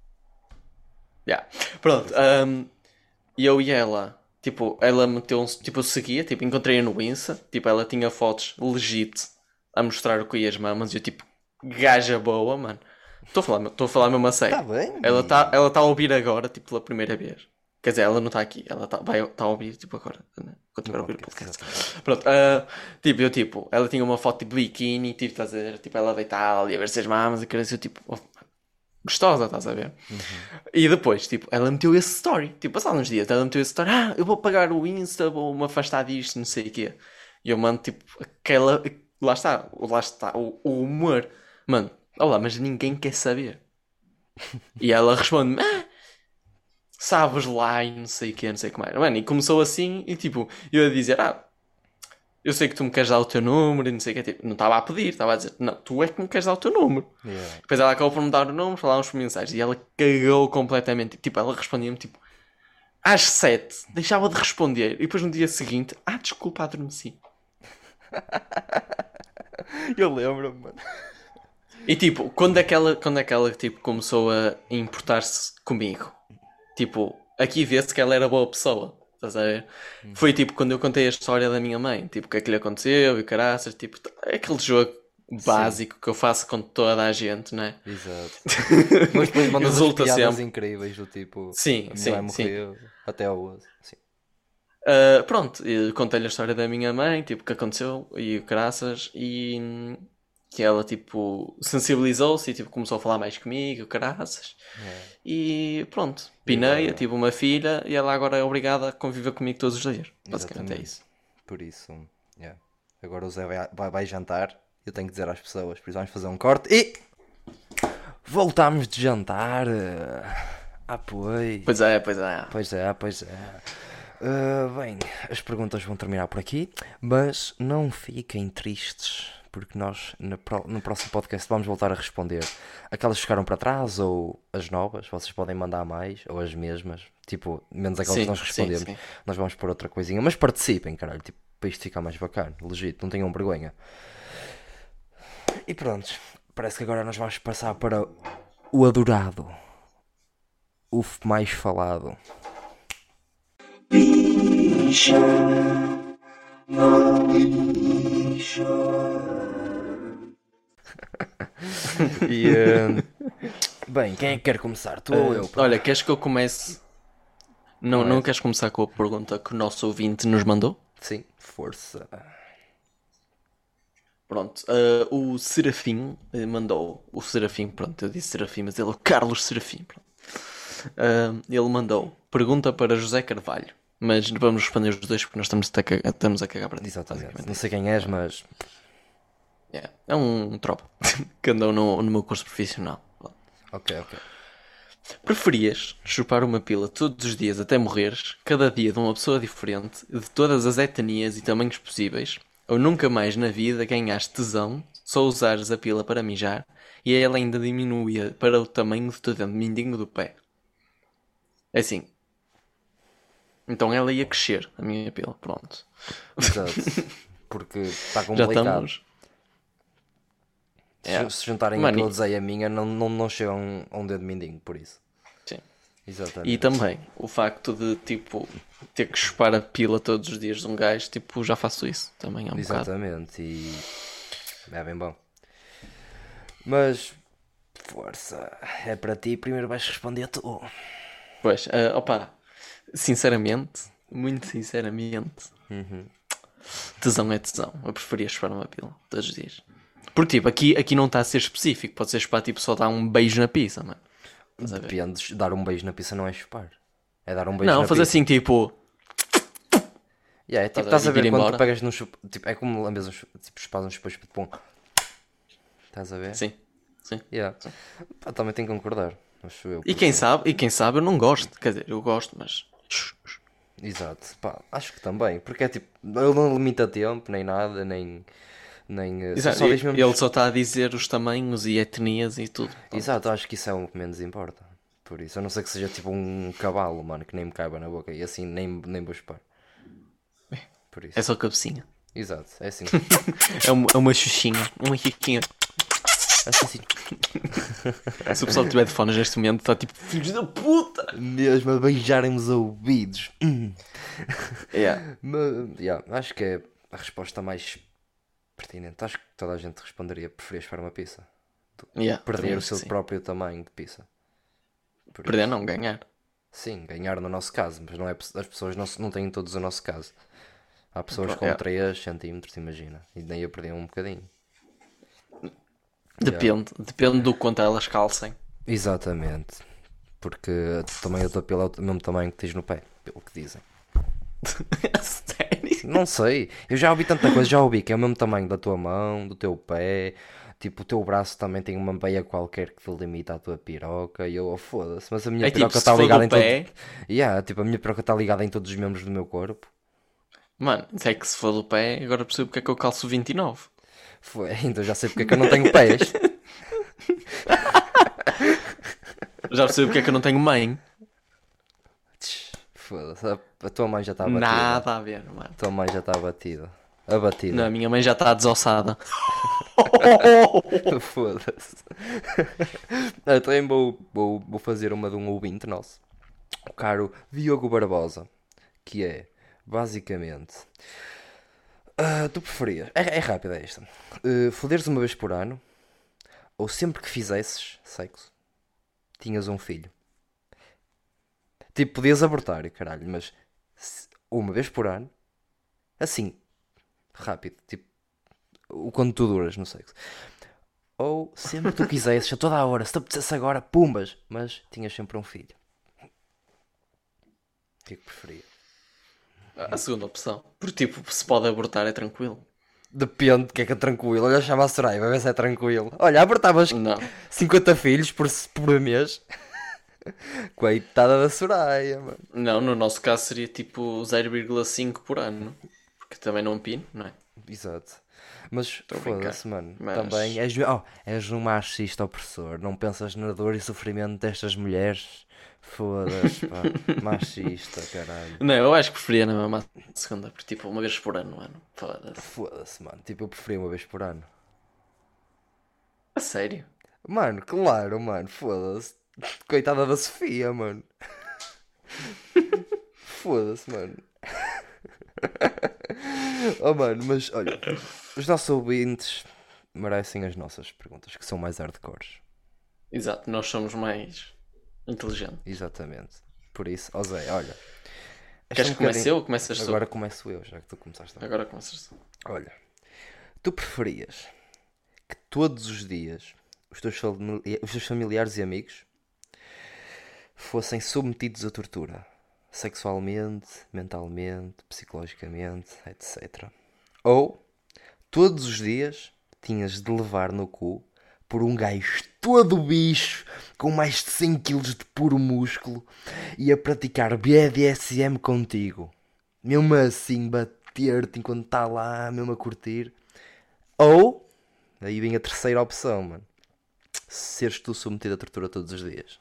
Yeah. Pronto, um, e eu e ela, tipo, ela meteu um, tipo, eu seguia, tipo, encontrei-a no Insta, tipo, ela tinha fotos legit a mostrar o cu e as mamas, e eu, tipo, gaja boa, mano. Estou a falar, estou a falar mesmo a sério. Tá bem, Ela mano. está ela tá a ouvir agora, tipo, pela primeira vez. Quer dizer, ela não está aqui, ela está tá a ouvir, tipo, agora, né? Quando tiver a ouvir o podcast. Pronto, uh, tipo, eu, tipo, ela tinha uma foto de biquíni, tipo, estás a ver, tipo, ela deitada ali a ver-se as mamas, e queria ser, tipo, oh, gostosa, estás a ver? Uhum. E depois, tipo, ela meteu esse story. Tipo, passados uns dias, ela meteu esse story. Ah, eu vou pagar o Insta, vou me afastar disto, não sei o quê. E eu mando, tipo, aquela... Lá está, lá está, o, o humor. Mano, olá, mas ninguém quer saber. E ela responde-me, ah, sabes lá e não sei o quê, não sei o que mais. Mano, e começou assim, e tipo, eu a dizer, ah, eu sei que tu me queres dar o teu número e não sei o que. Tipo, não estava a pedir, estava a dizer, não, tu é que me queres dar o teu número. Yeah. Depois ela acabou por me dar o número, falámos por mensagens e ela cagou completamente. Tipo, ela respondia-me tipo às sete, deixava de responder e depois no dia seguinte, ah, desculpa, adormeci. Eu lembro-me, mano. E tipo, quando aquela, quando aquela tipo, começou a importar-se comigo, tipo, aqui vê-se que ela era boa pessoa. Estás a ver? Hum. Foi tipo quando eu contei a história da minha mãe, tipo, o que é que lhe aconteceu e caraças, tipo, é aquele jogo básico. Sim. Que eu faço com toda a gente, não é? Exato. Mas depois mandas as piadas sempre incríveis do tipo, sim, a minha sim, mãe morreu, sim. Até ao osso. Sim. Uh, pronto, contei-lhe a história da minha mãe, tipo, o que aconteceu e caraças, e que ela, tipo, sensibilizou-se e, tipo, começou a falar mais comigo, caraças. É. E pronto, pinei-a, tive uma filha e ela agora é obrigada a conviver comigo todos os dias. Basicamente. Exatamente. É isso. Por isso, yeah. Agora o Zé vai, vai, vai jantar, eu tenho que dizer às pessoas, por isso vamos fazer um corte e voltamos de jantar. Ah, pois. Pois é, pois é. Pois é, pois é. Uh, bem, as perguntas vão terminar por aqui, mas não fiquem tristes, porque nós no, no próximo podcast vamos voltar a responder aquelas que ficaram para trás ou as novas. Vocês podem mandar mais ou as mesmas, tipo, menos aquelas sim, que nós respondemos. Sim, sim. Nós vamos pôr outra coisinha, mas participem, caralho, tipo, para isto ficar mais bacana, legítimo, não tenham vergonha. E pronto, parece que agora nós vamos passar para o adorado, o mais falado. Bicha, não bicha. E, uh, bem, quem é que quer começar? Tu uh, ou eu? Pá? Olha, queres que eu comece? Não, não, não queres começar com a pergunta que o nosso ouvinte nos mandou? Sim, força. Pronto, uh, o Serafim mandou. O Serafim, pronto, eu disse Serafim, mas ele é o Carlos Serafim. Uh, ele mandou pergunta para José Carvalho. Mas vamos responder os dois porque nós estamos a cagar, estamos a cagar para ti. Exatamente. Não sei quem és, mas... Yeah. É um tropa que andou no, no meu curso profissional. Ok, ok. Preferias chupar uma pila todos os dias até morreres, cada dia de uma pessoa diferente, de todas as etnias e tamanhos possíveis, ou nunca mais na vida ganhaste tesão só usares a pila para mijar e ela ainda diminuía para o tamanho do teu dedo mindinho do pé. É assim. Então ela ia crescer, a minha pila. Pronto. Exato. Porque está Já complicado. estamos. Se, É. se juntarem Mano, a todos aí a minha, não, não, não chegam a um dedo mindinho, por isso. Sim. Exatamente. E também o facto de tipo ter que chupar a pila todos os dias de um gajo, tipo, já faço isso também há um bocado. Exatamente. E é bem bom. Mas força, é para ti, primeiro vais responder tu. Pois, uh, opa, sinceramente, muito sinceramente, Uhum. tesão é tesão. Eu preferia chupar uma pila todos os dias. Porque tipo, aqui, aqui não está a ser específico, pode ser chupar tipo só dar um beijo na pizza, mano. Estás a ver? Depende, dar um beijo na pizza não é chupar. É dar um beijo Não, na fazer pizza. assim tipo. Yeah, é tipo, Estás a estás a ver, ver ir quando embora? tu pegas num chup... tipo, é como a mesma, tipo, chupas uns chupões de pão. Estás a ver? Sim, sim. Yeah. Pá, também tenho que concordar. Acho eu. E porque- quem sabe, e quem sabe eu não gosto. Quer dizer, eu gosto, mas. Exato. Pá, acho que também. Porque é tipo, ele não limita tempo, nem nada, nem. nem eh, Exato, só diz ele mesmo... só está a dizer os tamanhos e etnias e tudo. Exato, acho que isso é o que menos importa. Por isso, a não ser que seja tipo um cavalo, mano, que nem me caiba na boca e assim nem, nem vou chupar. Por isso. É só cabecinha. Exato, é assim. É uma, é uma xuxinha. Uma xuxinha. Assim, assim. Se o pessoal tiver de fones neste momento, está tipo, filhos da puta! Mesmo a beijarem os ouvidos. Hum. Yeah. Mas, yeah, acho que é a resposta mais pertinente. Acho que toda a gente responderia preferia chupar uma pizza. Yeah, Perder também o acho seu que sim. próprio tamanho de pizza. Por Perder isso. não, ganhar. Sim, ganhar no nosso caso, mas não é, as pessoas não, não têm todos o nosso caso. Há pessoas com É. três centímetros, imagina, e nem eu perdi um bocadinho. Depende. Depende do quanto elas calcem. Exatamente, porque também a tua pele é o mesmo tamanho que tens no pé, pelo que dizem. Sério? Não sei, eu já ouvi tanta coisa, já ouvi que é o mesmo tamanho da tua mão, do teu pé, tipo o teu braço também tem uma veia qualquer que delimita a tua piroca, e eu, oh, foda-se, mas a minha É tipo, piroca se está for ligada do em pé... todo... Yeah, tipo, a minha piroca está ligada em todos os membros do meu corpo. Mano, é que se for do pé, agora percebo porque é que eu calço vinte e nove. Foi, então já sei porque é que eu não tenho pés. Já percebo porque é que eu não tenho mãe. Foda-se, a, a tua mãe já está abatida. Nada a ver, mano. A tua mãe já está abatida. Abatida. Não, a minha mãe já está desossada. Foda-se. Eu também vou, vou, vou fazer uma de um ouvinte nosso. O caro Diogo Barbosa. Que é, basicamente... ah, tu preferias... É, é rápida esta. Uh, foderes uma vez por ano. Ou sempre que fizesses sexo, tinhas um filho. Tipo, podias abortar, caralho. Mas se- uma vez por ano. Assim. Rápido. Tipo... O quanto tu duras no sexo. Ou sempre que tu quisesses, a toda a hora, se te apetecesse agora, pumbas, mas tinhas sempre um filho. O que é que preferia? A segunda opção. Porque tipo, se pode abortar é tranquilo. Depende do que é que é tranquilo. Olha, chama a Soraya, vai ver se é tranquilo. Olha, abortavas Não. cinquenta filhos por, por mês. Coitada da Soraya, mano. Não, no nosso caso seria tipo zero vírgula cinco por ano. Porque também não pino, não é? Exato. Mas a foda-se, brincar. mano. Mas- Também és, oh, és um machista opressor. Não pensas na dor e sofrimento destas mulheres. Foda-se, pá. Machista, caralho. Não, eu acho que preferia na mesma segunda. Porque tipo, uma vez por ano, mano. Foda-se. Foda-se, mano. Tipo, eu preferia uma vez por ano. A sério? Mano, claro, mano. Foda-se. Coitada da Sofia, mano. Foda-se, mano. Oh, mano, mas olha, os nossos ouvintes merecem as nossas perguntas, que são mais hardcores. Exato, nós somos mais inteligentes. Exatamente. Por isso, ó Zé, olha. esta Queres um que comece bocadinho- eu ou começas tu? Agora começo eu, já que tu começaste. a- Agora começas tu. Olha, tu preferias que todos os dias os teus, famili- os teus familiares e amigos fossem submetidos a tortura? Sexualmente, mentalmente, psicologicamente, etcétera. Ou todos os dias tinhas de levar no cu por um gajo todo bicho com mais de cem quilos de puro músculo e a praticar B D S M contigo. Mesmo assim, bater-te enquanto está lá, mesmo a curtir. Ou, Aí vem a terceira opção, mano. Seres tu submetido a tortura todos os dias.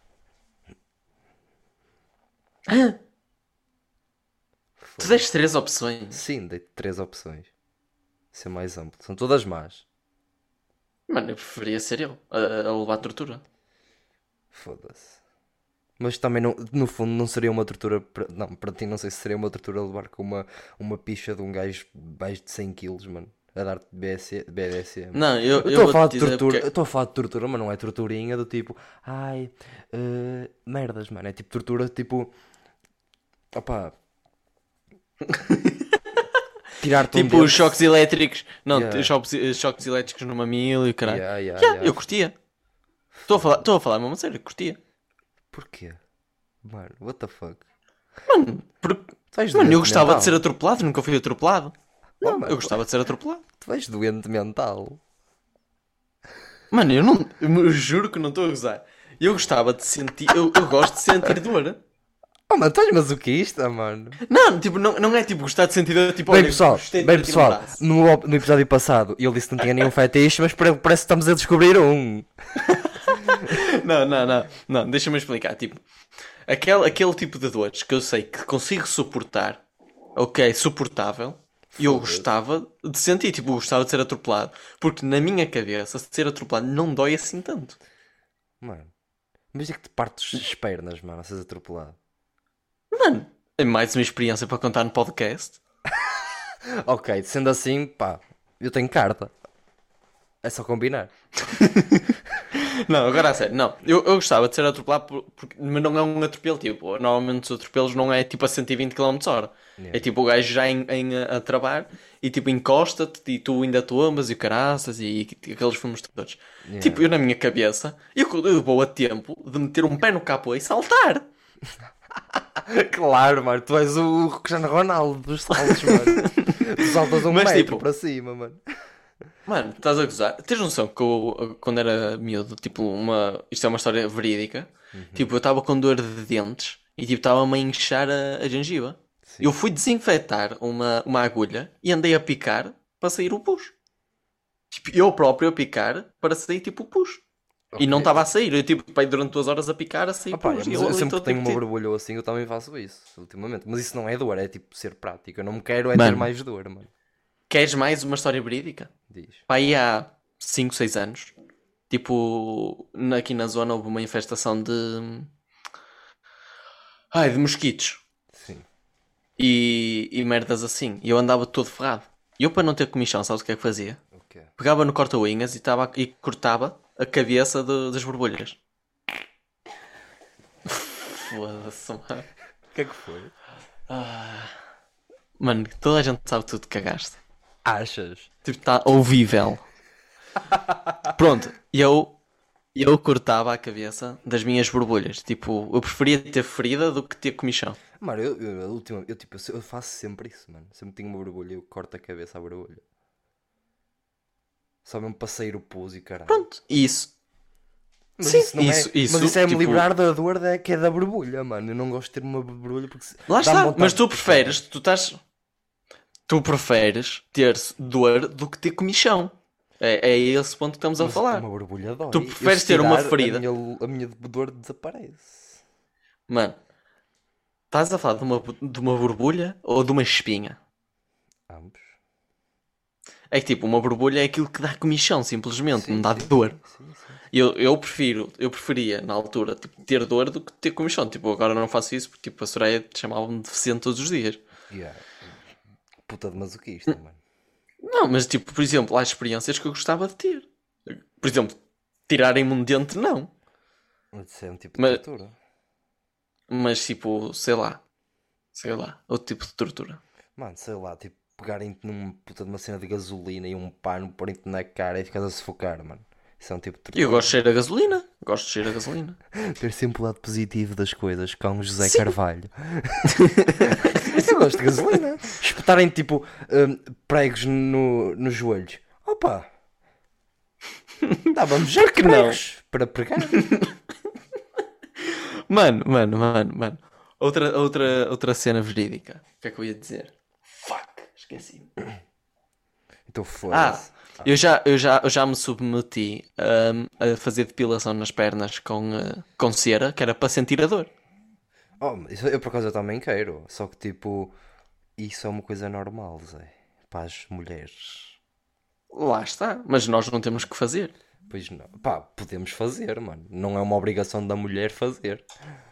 Ah, tu Foda-se. deste três opções. Sim, dei três opções. Ser mais amplo. São todas más. Mano, eu preferia ser eu a, a levar tortura. Foda-se. Mas também, não, no fundo, não seria uma tortura. Para, não, para ti, não sei se seria uma tortura levar com uma, uma picha de um gajo mais de cem quilos, mano. A dar-te B S B D S M. Não, eu, Eu eu estou a vou falar te de dizer tortura, eu porque... estou a falar de tortura, mas não é torturinha do tipo, ai, eh, merdas, mano. É tipo tortura, tipo, opá, tirar-te um Tipo os dente. choques elétricos. Não, Yeah. os choques, choques elétricos no mamilo e o caralho. Yeah, yeah, Yeah, yeah. eu curtia. Estou a falar, estou a falar mesmo a sério, curtia. Porquê? Mano, what the fuck? Mano, porque... Tu és Mano, eu doente gostava mental. de ser atropelado, nunca fui atropelado. Oh, Não, mano, eu gostava de ser atropelado. Tu és doente mental. Mano, eu não. Eu juro que não estou a gozar. Eu gostava de sentir. Eu, eu gosto de sentir dor. Oh, mano, tu és masoquista, mano. Não, tipo, não, não é tipo gostar de sentir dor. Tipo, Bem olha, pessoal, gostei de bem ter aqui pessoal, braço. no, op- no episódio passado ele disse que não tinha nenhum fetiche, mas pare- parece que estamos a descobrir um. Não, não, não. Não, deixa-me explicar. Tipo, aquele, aquele tipo de dores que eu sei que consigo suportar. Ok, suportável. E eu Foda-se. gostava de sentir. Tipo, eu gostava de ser atropelado. Porque na minha cabeça, ser atropelado não dói assim tanto. Mano, mas é que te partes as pernas, mano, a seres atropelado. Mano, é mais uma experiência para contar no podcast. Ok, sendo assim, pá, eu tenho carta. É só combinar. Não, agora a sério, não. Eu, eu gostava de ser atropelado, por, porque, mas não é um atropelo, tipo, normalmente os atropelos não é tipo a cento e vinte quilómetros por hora. Yeah. É tipo o gajo já em, em a, a travar e tipo encosta-te e tu ainda tombas e o caraças e, e aqueles filmes todos. Yeah. Tipo, eu na minha cabeça, eu, eu vou a tempo de meter um pé no capô e saltar. Claro, mano, tu és o Cristiano Ronaldo dos saltos, mano. Tu saltas um Mas, metro tipo, para cima, mano. Mano, estás a gozar? Tens noção que eu, quando era miúdo, tipo, uma... isto é uma história verídica. Tipo, eu estava com dor de dentes e tipo, estava-me a inchar a, a gengiva. Sim. Eu fui desinfetar uma, uma agulha e andei a picar para sair o pus. Tipo, eu próprio a picar para sair tipo o pus. E não Ok. estava a sair. Eu tipo, pai, durante duas horas a picar, a sair Ah, pá, pus. mas E eu, ali sempre todo que tenho uma divertido. borbulha ou assim, eu também faço isso, ultimamente. Mas isso não é dor, é tipo ser prático. Eu não me quero é ter Mano. mais dor, mano. Queres mais uma história verídica? Diz. Pá, aí há cinco, seis anos, tipo, na- aqui na zona houve uma infestação de. Ai, de mosquitos Sim. e, e merdas assim. E eu andava todo ferrado. E eu, para não ter comichão, sabes o que é que fazia? Ok. Pegava no corta-unhas e, tava, e cortava a cabeça de- das borbulhas. Foda-se, mano. O que é que foi? Mano, toda a gente sabe tudo que cagaste. Achas? Tipo, está ouvível. Pronto, e eu, eu cortava a cabeça das minhas borbulhas. Tipo, eu preferia ter ferida do que ter comichão. Mano, eu, eu, a última, eu, tipo, eu, eu faço sempre isso, mano. Sempre tenho uma borbulha, eu corto a cabeça à borbulha. Só mesmo para sair o pus e caralho. Pronto, e isso. Mas Sim, isso, não isso- é, isso, mas isso é me tipo- livrar da dor da, que é da borbulha, mano. Eu não gosto de ter uma borbulha porque se- Lá dá-me está, vontade mas tu de- preferes, tu estás. Tu preferes ter dor do que ter comichão. É, é esse ponto que estamos a Mas falar. uma borbulha dói. Tu Eu, preferes se ter uma tirar, ferida? A minha, a minha dor desaparece. Mano, estás a falar de uma, de uma borbulha ou de uma espinha? Ambos. É que tipo, uma borbulha é aquilo que dá comichão, simplesmente, Sim, não dá sim, dor. Sim, sim. Eu, eu prefiro, eu preferia na altura tipo, ter dor do que ter comichão. Tipo, agora não faço isso porque tipo, a Soraya chamava-me deficiente todos os dias. Yeah. Puta de masoquista, mano. Não, mas tipo, por exemplo, há experiências que eu gostava de ter. Por exemplo, tirarem-me um dente, não. Mas isso é um tipo de Mas- tortura. Mas tipo, sei lá. Sei lá, outro tipo de tortura. Mano, sei lá, tipo, pegarem-te numa puta de uma cena de gasolina e um pano, porem-te na cara e ficas a sufocar, mano. Isso é um tipo de E tortura. eu gosto de cheirar a gasolina. Gosto de cheirar a gasolina. Ter sempre o lado positivo das coisas, com José Sim. Carvalho. Eu gosto de gasolina. Espetarem tipo hum, pregos no, nos joelhos. Opa! Dávamos jeito que de não? pregos para pregar. Mano, mano, mano, mano. Outra, outra, outra cena verídica. O que é que eu ia dizer? Fuck, esqueci. Então Ah, foda-se. eu já, eu já, eu já me submeti hum, a fazer depilação nas pernas com, eh, com cera, que era para sentir a dor. Oh, isso eu por acaso eu também quero. Só que tipo, isso é uma coisa normal, Zé. Para as mulheres. Lá está, mas nós não temos que fazer. Pois não. Pá, podemos fazer, mano. Não é uma obrigação da mulher fazer.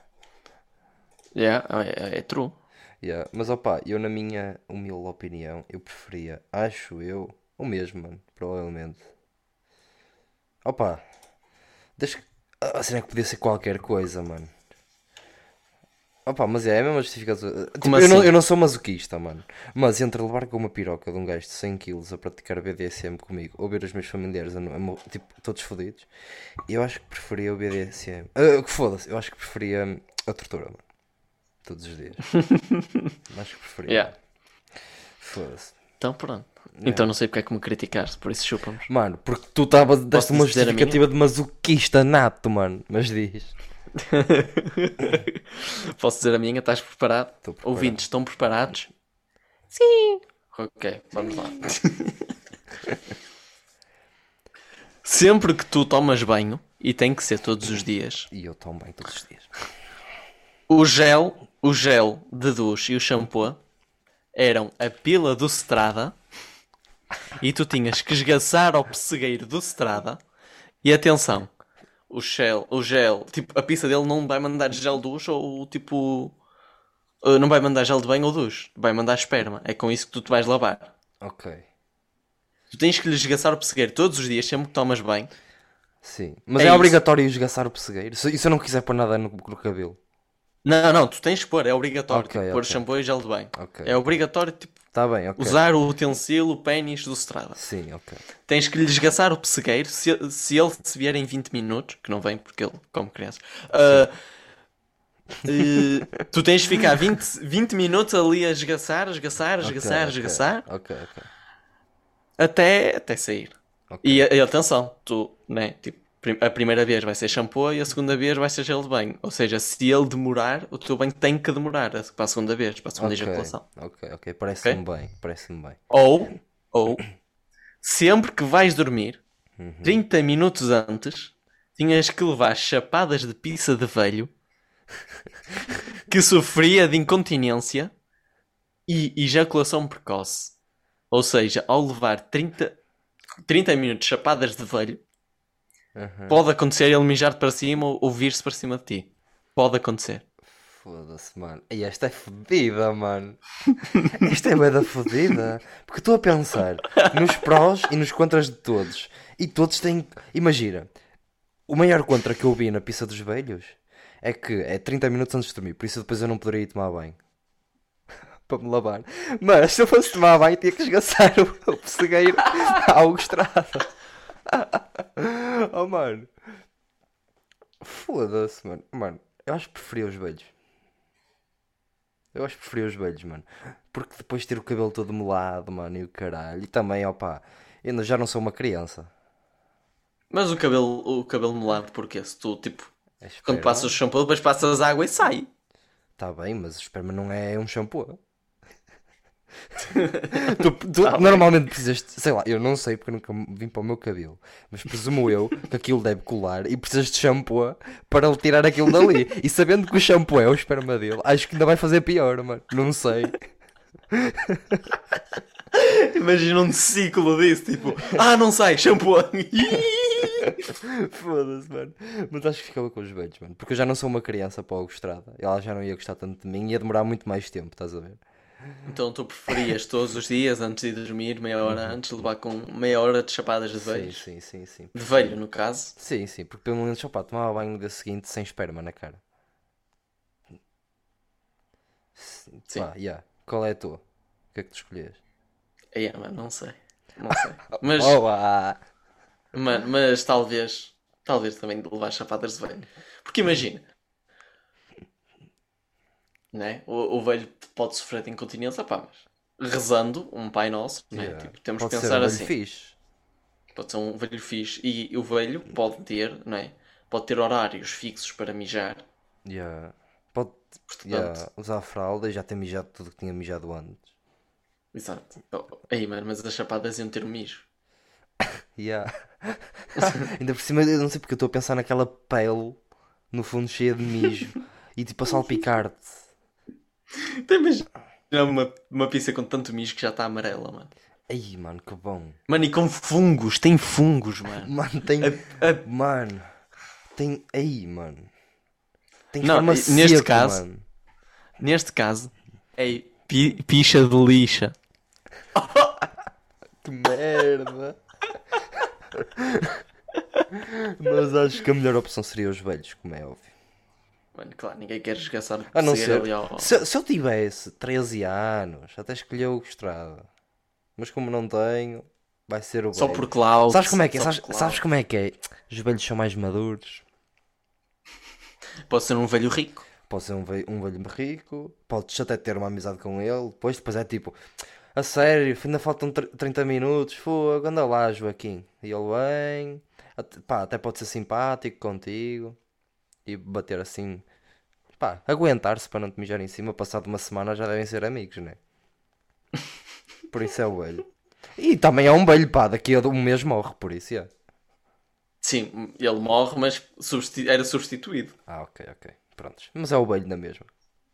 Yeah, é, é true. Yeah. Mas opá, eu na minha humilde opinião, eu preferia, acho eu, o mesmo, mano. Provavelmente. Opa, deixa que. A cena é que podia ser qualquer coisa, mano. Opa, mas é, é a mesma justificação. Tipo, Como eu, não, assim? eu não sou masoquista, mano. Mas entre levar com uma piroca de um gajo de cem quilos a praticar B D S M comigo ou ver os meus familiares, a, a, tipo, todos fodidos, eu acho que preferia o B D S M. Ah, que foda-se, eu acho que preferia hum, a tortura, mano. Todos os dias. Acho que preferia. Yeah. Foda-se. Então pronto. Então não sei porque é que me criticaste, por isso chupamos. Mano, porque tu estavas deste Posso uma dizer a justificativa de masoquista nato, mano. Mas diz. Posso dizer a minha? Estás preparado? Estou preparado. Ouvintes, estão preparados? Sim. Ok, vamos lá. Sempre que tu tomas banho, e tem que ser todos os dias, E eu tomo bem todos os dias. o gel, o gel de duche e o shampoo eram a pila do Strada e tu tinhas que esgaçar ao pessegueiro do Strada. E atenção, o gel, o gel, tipo, a pizza dele não vai mandar gel duche ou tipo, uh, não vai mandar gel de banho ou duche, vai mandar esperma. É com isso que tu te vais lavar. Ok. Tu tens que lhe esgaçar o pessegueiro todos os dias, sempre que tomas banho. Sim. Mas É é, isso. obrigatório esgaçar o pessegueiro? Se, e se eu não quiser pôr nada no, no cabelo? Não, não, tu tens que pôr, é obrigatório, Ok, tipo, pôr ok. shampoo e gel de banho. Ok. É obrigatório, tipo, Tá bem, ok. usar o utensílio, o pênis do Strada. Sim, ok. Tens que lhe esgaçar o pessegueiro. Se, se ele se vier em vinte minutos, que não vem porque ele come crianças, ah, eh, tu tens de ficar vinte, vinte minutos ali a esgaçar, esgaçar, esgaçar, Ok, esgaçar, Ok, ok. até, até sair. Ok. E, e atenção, tu, né, tipo, prim- a primeira vez vai ser shampoo e a segunda vez vai ser gel de banho. Ou seja, se ele demorar, o teu banho tem que demorar para a segunda vez, para a segunda Ok, ejaculação. ok, ok. Parece-me bem. Parece-me bem. Ou, ou, sempre que vais dormir, Uhum. trinta minutos antes, tinhas que levar chapadas de pizza de velho que sofria de incontinência e ejaculação precoce. Ou seja, ao levar trinta, trinta minutos chapadas de velho, Uhum. pode acontecer ele mijar para cima ou, ou vir-se para cima de ti. Pode acontecer. Foda-se, mano. E esta é fodida, mano. Esta é bué da fodida. Porque estou a pensar nos prós e nos contras de todos. E todos têm. Imagina, o maior contra que eu vi na pista dos velhos é que é trinta minutos antes de dormir. Por isso depois eu não poderia ir tomar banho. Para me lavar. Mas se eu fosse tomar banho, tinha que esgaçar o, o pessegueiro à autoestrada. Oh, mano. Foda-se, mano. Mano, eu acho que preferia os velhos. Eu acho que preferia os velhos, mano. Porque depois ter o cabelo todo molado, mano, e o caralho. E também, opá, eu ainda já não sou uma criança. Mas o cabelo, o cabelo molado, porquê? Se tu, tipo, É quando esperma. passas o shampoo, depois passas água e sai. Tá bem, mas o esperma não é um shampoo. tu, tu Tá bem. normalmente precisas, de- sei lá, eu não sei porque eu nunca vim para o meu cabelo, mas presumo eu que aquilo deve colar e precisas de shampoo para ele tirar aquilo dali. E sabendo que o shampoo é o esperma dele, acho que ainda vai fazer pior, mano. Não sei. Imagina um ciclo disso, tipo, ah, não sai, shampoo. Foda-se, mano. Mas acho que ficava com os velhos, mano. Porque eu já não sou uma criança para o Estrada. Ela já não ia gostar tanto de mim e ia demorar muito mais tempo, estás a ver? Então tu preferias todos os dias, antes de dormir, meia hora antes, levar com meia hora de chapadas de Sim, velhos? sim, sim, sim. De velho, no caso. Sim, sim, porque pelo menos, opá, tomava banho no dia seguinte sem esperma na cara. Sim. Pá, yeah. Qual é a tua? O que é que tu escolhias? É, mano, não sei. Não sei. Mas, Olá! mano, mas talvez, talvez também de levar chapadas de velho. Porque imagina, né? O, o velho pode sofrer de incontinência, pá, mas rezando um Pai Nosso, né? Yeah. Tipo, temos Pode que ser pensar um velho assim. fixe. Pode ser um velho fixe. E o velho pode ter, né? Pode ter horários fixos para mijar. Yeah. Pode Portanto, yeah, usar a fralda e já ter mijado tudo que tinha mijado antes. Exato. Oh, aí, mano, mas as chapadas iam ter um mijo. Yeah. Ainda por cima, eu não sei porque eu estou a pensar naquela pele no fundo cheia de mijo e tipo a salpicar-te. Tem imagina uma, uma pizza com tanto mijo que já está amarela, mano. Ai, mano, que bom. Mano, e com fungos, tem fungos, mano. Mano, tem. A- a- Mano, tem. Aí, mano. Tem Não, forma neste seco, caso- mano. Neste caso, é pi- picha de lixa. Que merda. Mas acho que a melhor opção seria os velhos, como é óbvio. Mano, claro, ninguém quer esgaçar A não seguir ser. ali ao... Se, se eu tivesse treze anos, até escolhia o Estrada. Mas como não tenho, vai ser o Só velho. por clout. Sabes como é que é? só Sabes, por clout. sabes como é que é? Os velhos são mais maduros. Pode ser um velho rico. Pode ser um velho, um velho rico. Podes até ter uma amizade com ele. Depois, depois é tipo, a sério, ainda faltam tr- trinta minutos. Fogo, anda lá, Joaquim. E ele vem. Até, pá, até pode ser simpático contigo. E bater assim. Pá, aguentar-se para não te mijar em cima. Passado uma semana já devem ser amigos, né? Por isso é o velho. E também é um velho, pá. Daqui a um mês morre, por isso é. Sim, ele morre, mas substi- era substituído. Ah, ok, ok. Prontos. Mas é o velho na mesma.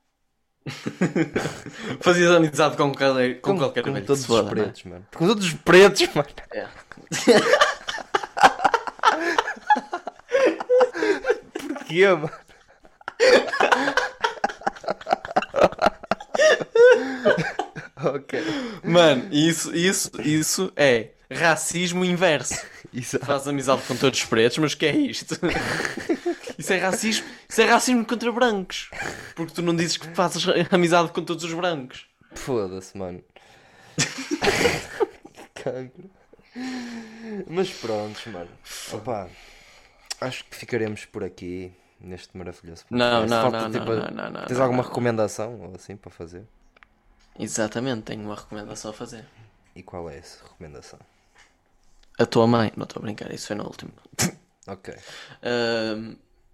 Fazias amizade com, qualquer- com, qualquer com velho. que todos se foda, os não é? pretos, mano. Com todos os pretos, mano. É. Porquê, mano? Ok. Mano, isso, isso, isso é racismo inverso. Isso. Faz amizade com todos os pretos, mas o que é isto? Isso é racismo, isso é racismo contra brancos. Porque tu não dizes que fazes amizade com todos os brancos. Foda-se, mano. Cancro. Mas prontos, mano. Opa, acho que ficaremos por aqui neste maravilhoso Não, podcast. não, Falta, não, não, tipo, não, não, não, tens não, alguma não. recomendação ou assim para fazer? Exatamente, tenho uma recomendação a fazer. E qual é essa recomendação? A tua mãe, não estou a brincar, isso foi no último. Ok. Ahm,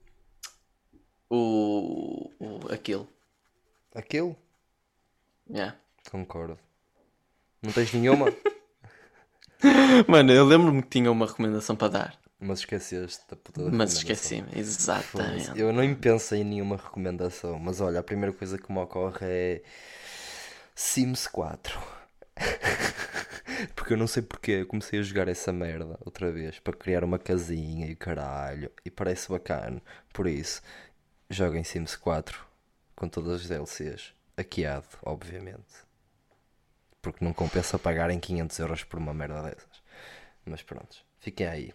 o, o. Aquilo. Aquilo? Yeah. Concordo. Não tens nenhuma? Mano, eu lembro-me que tinha uma recomendação para dar, Mas esqueceste da puta da mas recomendação. esqueci-me. Exatamente. Foda-se. Eu nem pensei em nenhuma recomendação, mas olha, a primeira coisa que me ocorre é Sims quatro. Porque eu não sei porque eu comecei a jogar essa merda outra vez para criar uma casinha e o caralho, e parece bacana. Por isso, joguem Sims quatro com todas as D L Cs, hackeado, obviamente. Porque não compensa pagarem quinhentos euros por uma merda dessas. Mas pronto, fiquem aí.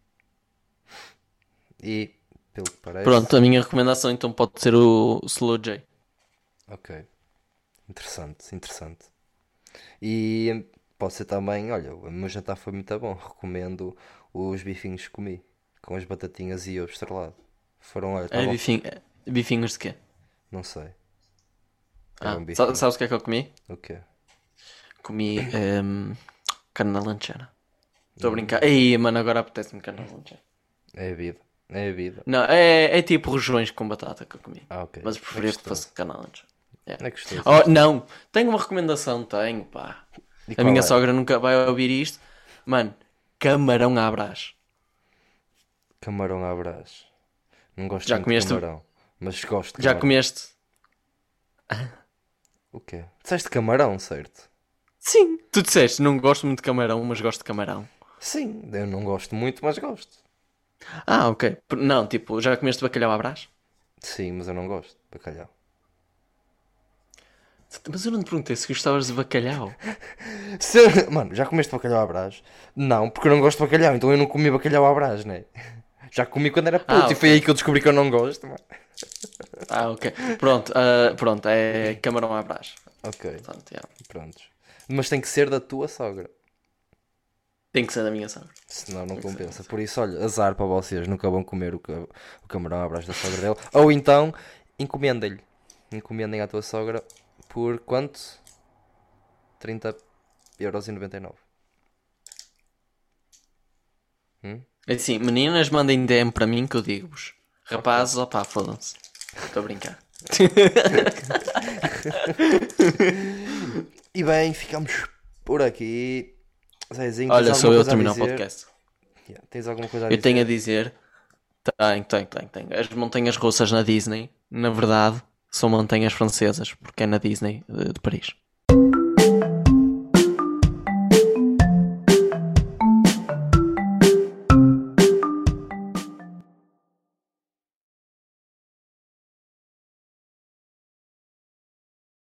E, pelo que parece... Pronto, a minha recomendação então pode ser o Slow J. Ok. Interessante, interessante. E pode ser também, olha, o meu jantar foi muito bom. Recomendo os bifinhos que comi. Com as batatinhas e ovo estrelado. Foram, olha, É estavam... bifing... é bifinhos de quê? Não sei. Ah, Eram sa- bifinhos. sabes o que é que eu comi? O quê? Comi ehm, carne na lancheira. Estou a brincar. Ei, mano, agora apetece-me carne na lancheira. É a vida. É a vida. Não, é, é tipo rojões com batata que eu comi. Ah, ok. Mas preferia É que gostoso. fosse carne na lancheira. Yeah. É gostoso. Oh, não, tenho uma recomendação, tenho, pá. E A qual minha é? sogra nunca vai ouvir isto. Mano, camarão à brás. Camarão à brás. Não gosto Já muito comeste? de camarão. Mas gosto de Já camarão. comeste? O quê? Disseste camarão, certo? Sim. Tu disseste, não gosto muito de camarão, mas gosto de camarão. Sim, eu não gosto muito, mas gosto. Ah, ok. P- Não, tipo, já comeste bacalhau à brás? Sim, mas eu não gosto de bacalhau. Mas eu não te perguntei se gostavas de bacalhau. Se- Mano, já comeste bacalhau à brás? Não, porque eu não gosto de bacalhau, então eu não comi bacalhau à brás, né? Já comi quando era puto Ah, e foi ok. aí que eu descobri que eu não gosto, mano. Ah, ok. Pronto, ah, pronto, é camarão à brás. Ok, Portanto, yeah. prontos. Mas tem que ser da tua sogra, Tem que ser da minha sogra. senão não compensa. Por isso, olha, azar para vocês, nunca vão comer o, ca- o camarão à brás da sogra dele. Ou então, encomendem-lhe. Encomendem à tua sogra por quanto? trinta euros e noventa e nove. Hum? É assim, meninas, mandem D M para mim que eu digo-vos. Rapazes, opá, fodam-se. Estou a brincar. E bem, ficamos por aqui. Zezinho, tens Olha, alguma sou eu a coisa terminar o dizer? podcast. Yeah, tens alguma coisa a Eu dizer? tenho a dizer. Tenho, tenho, tenho, tenho. As montanhas russas na Disney, na verdade, são montanhas francesas, porque é na Disney de, de Paris.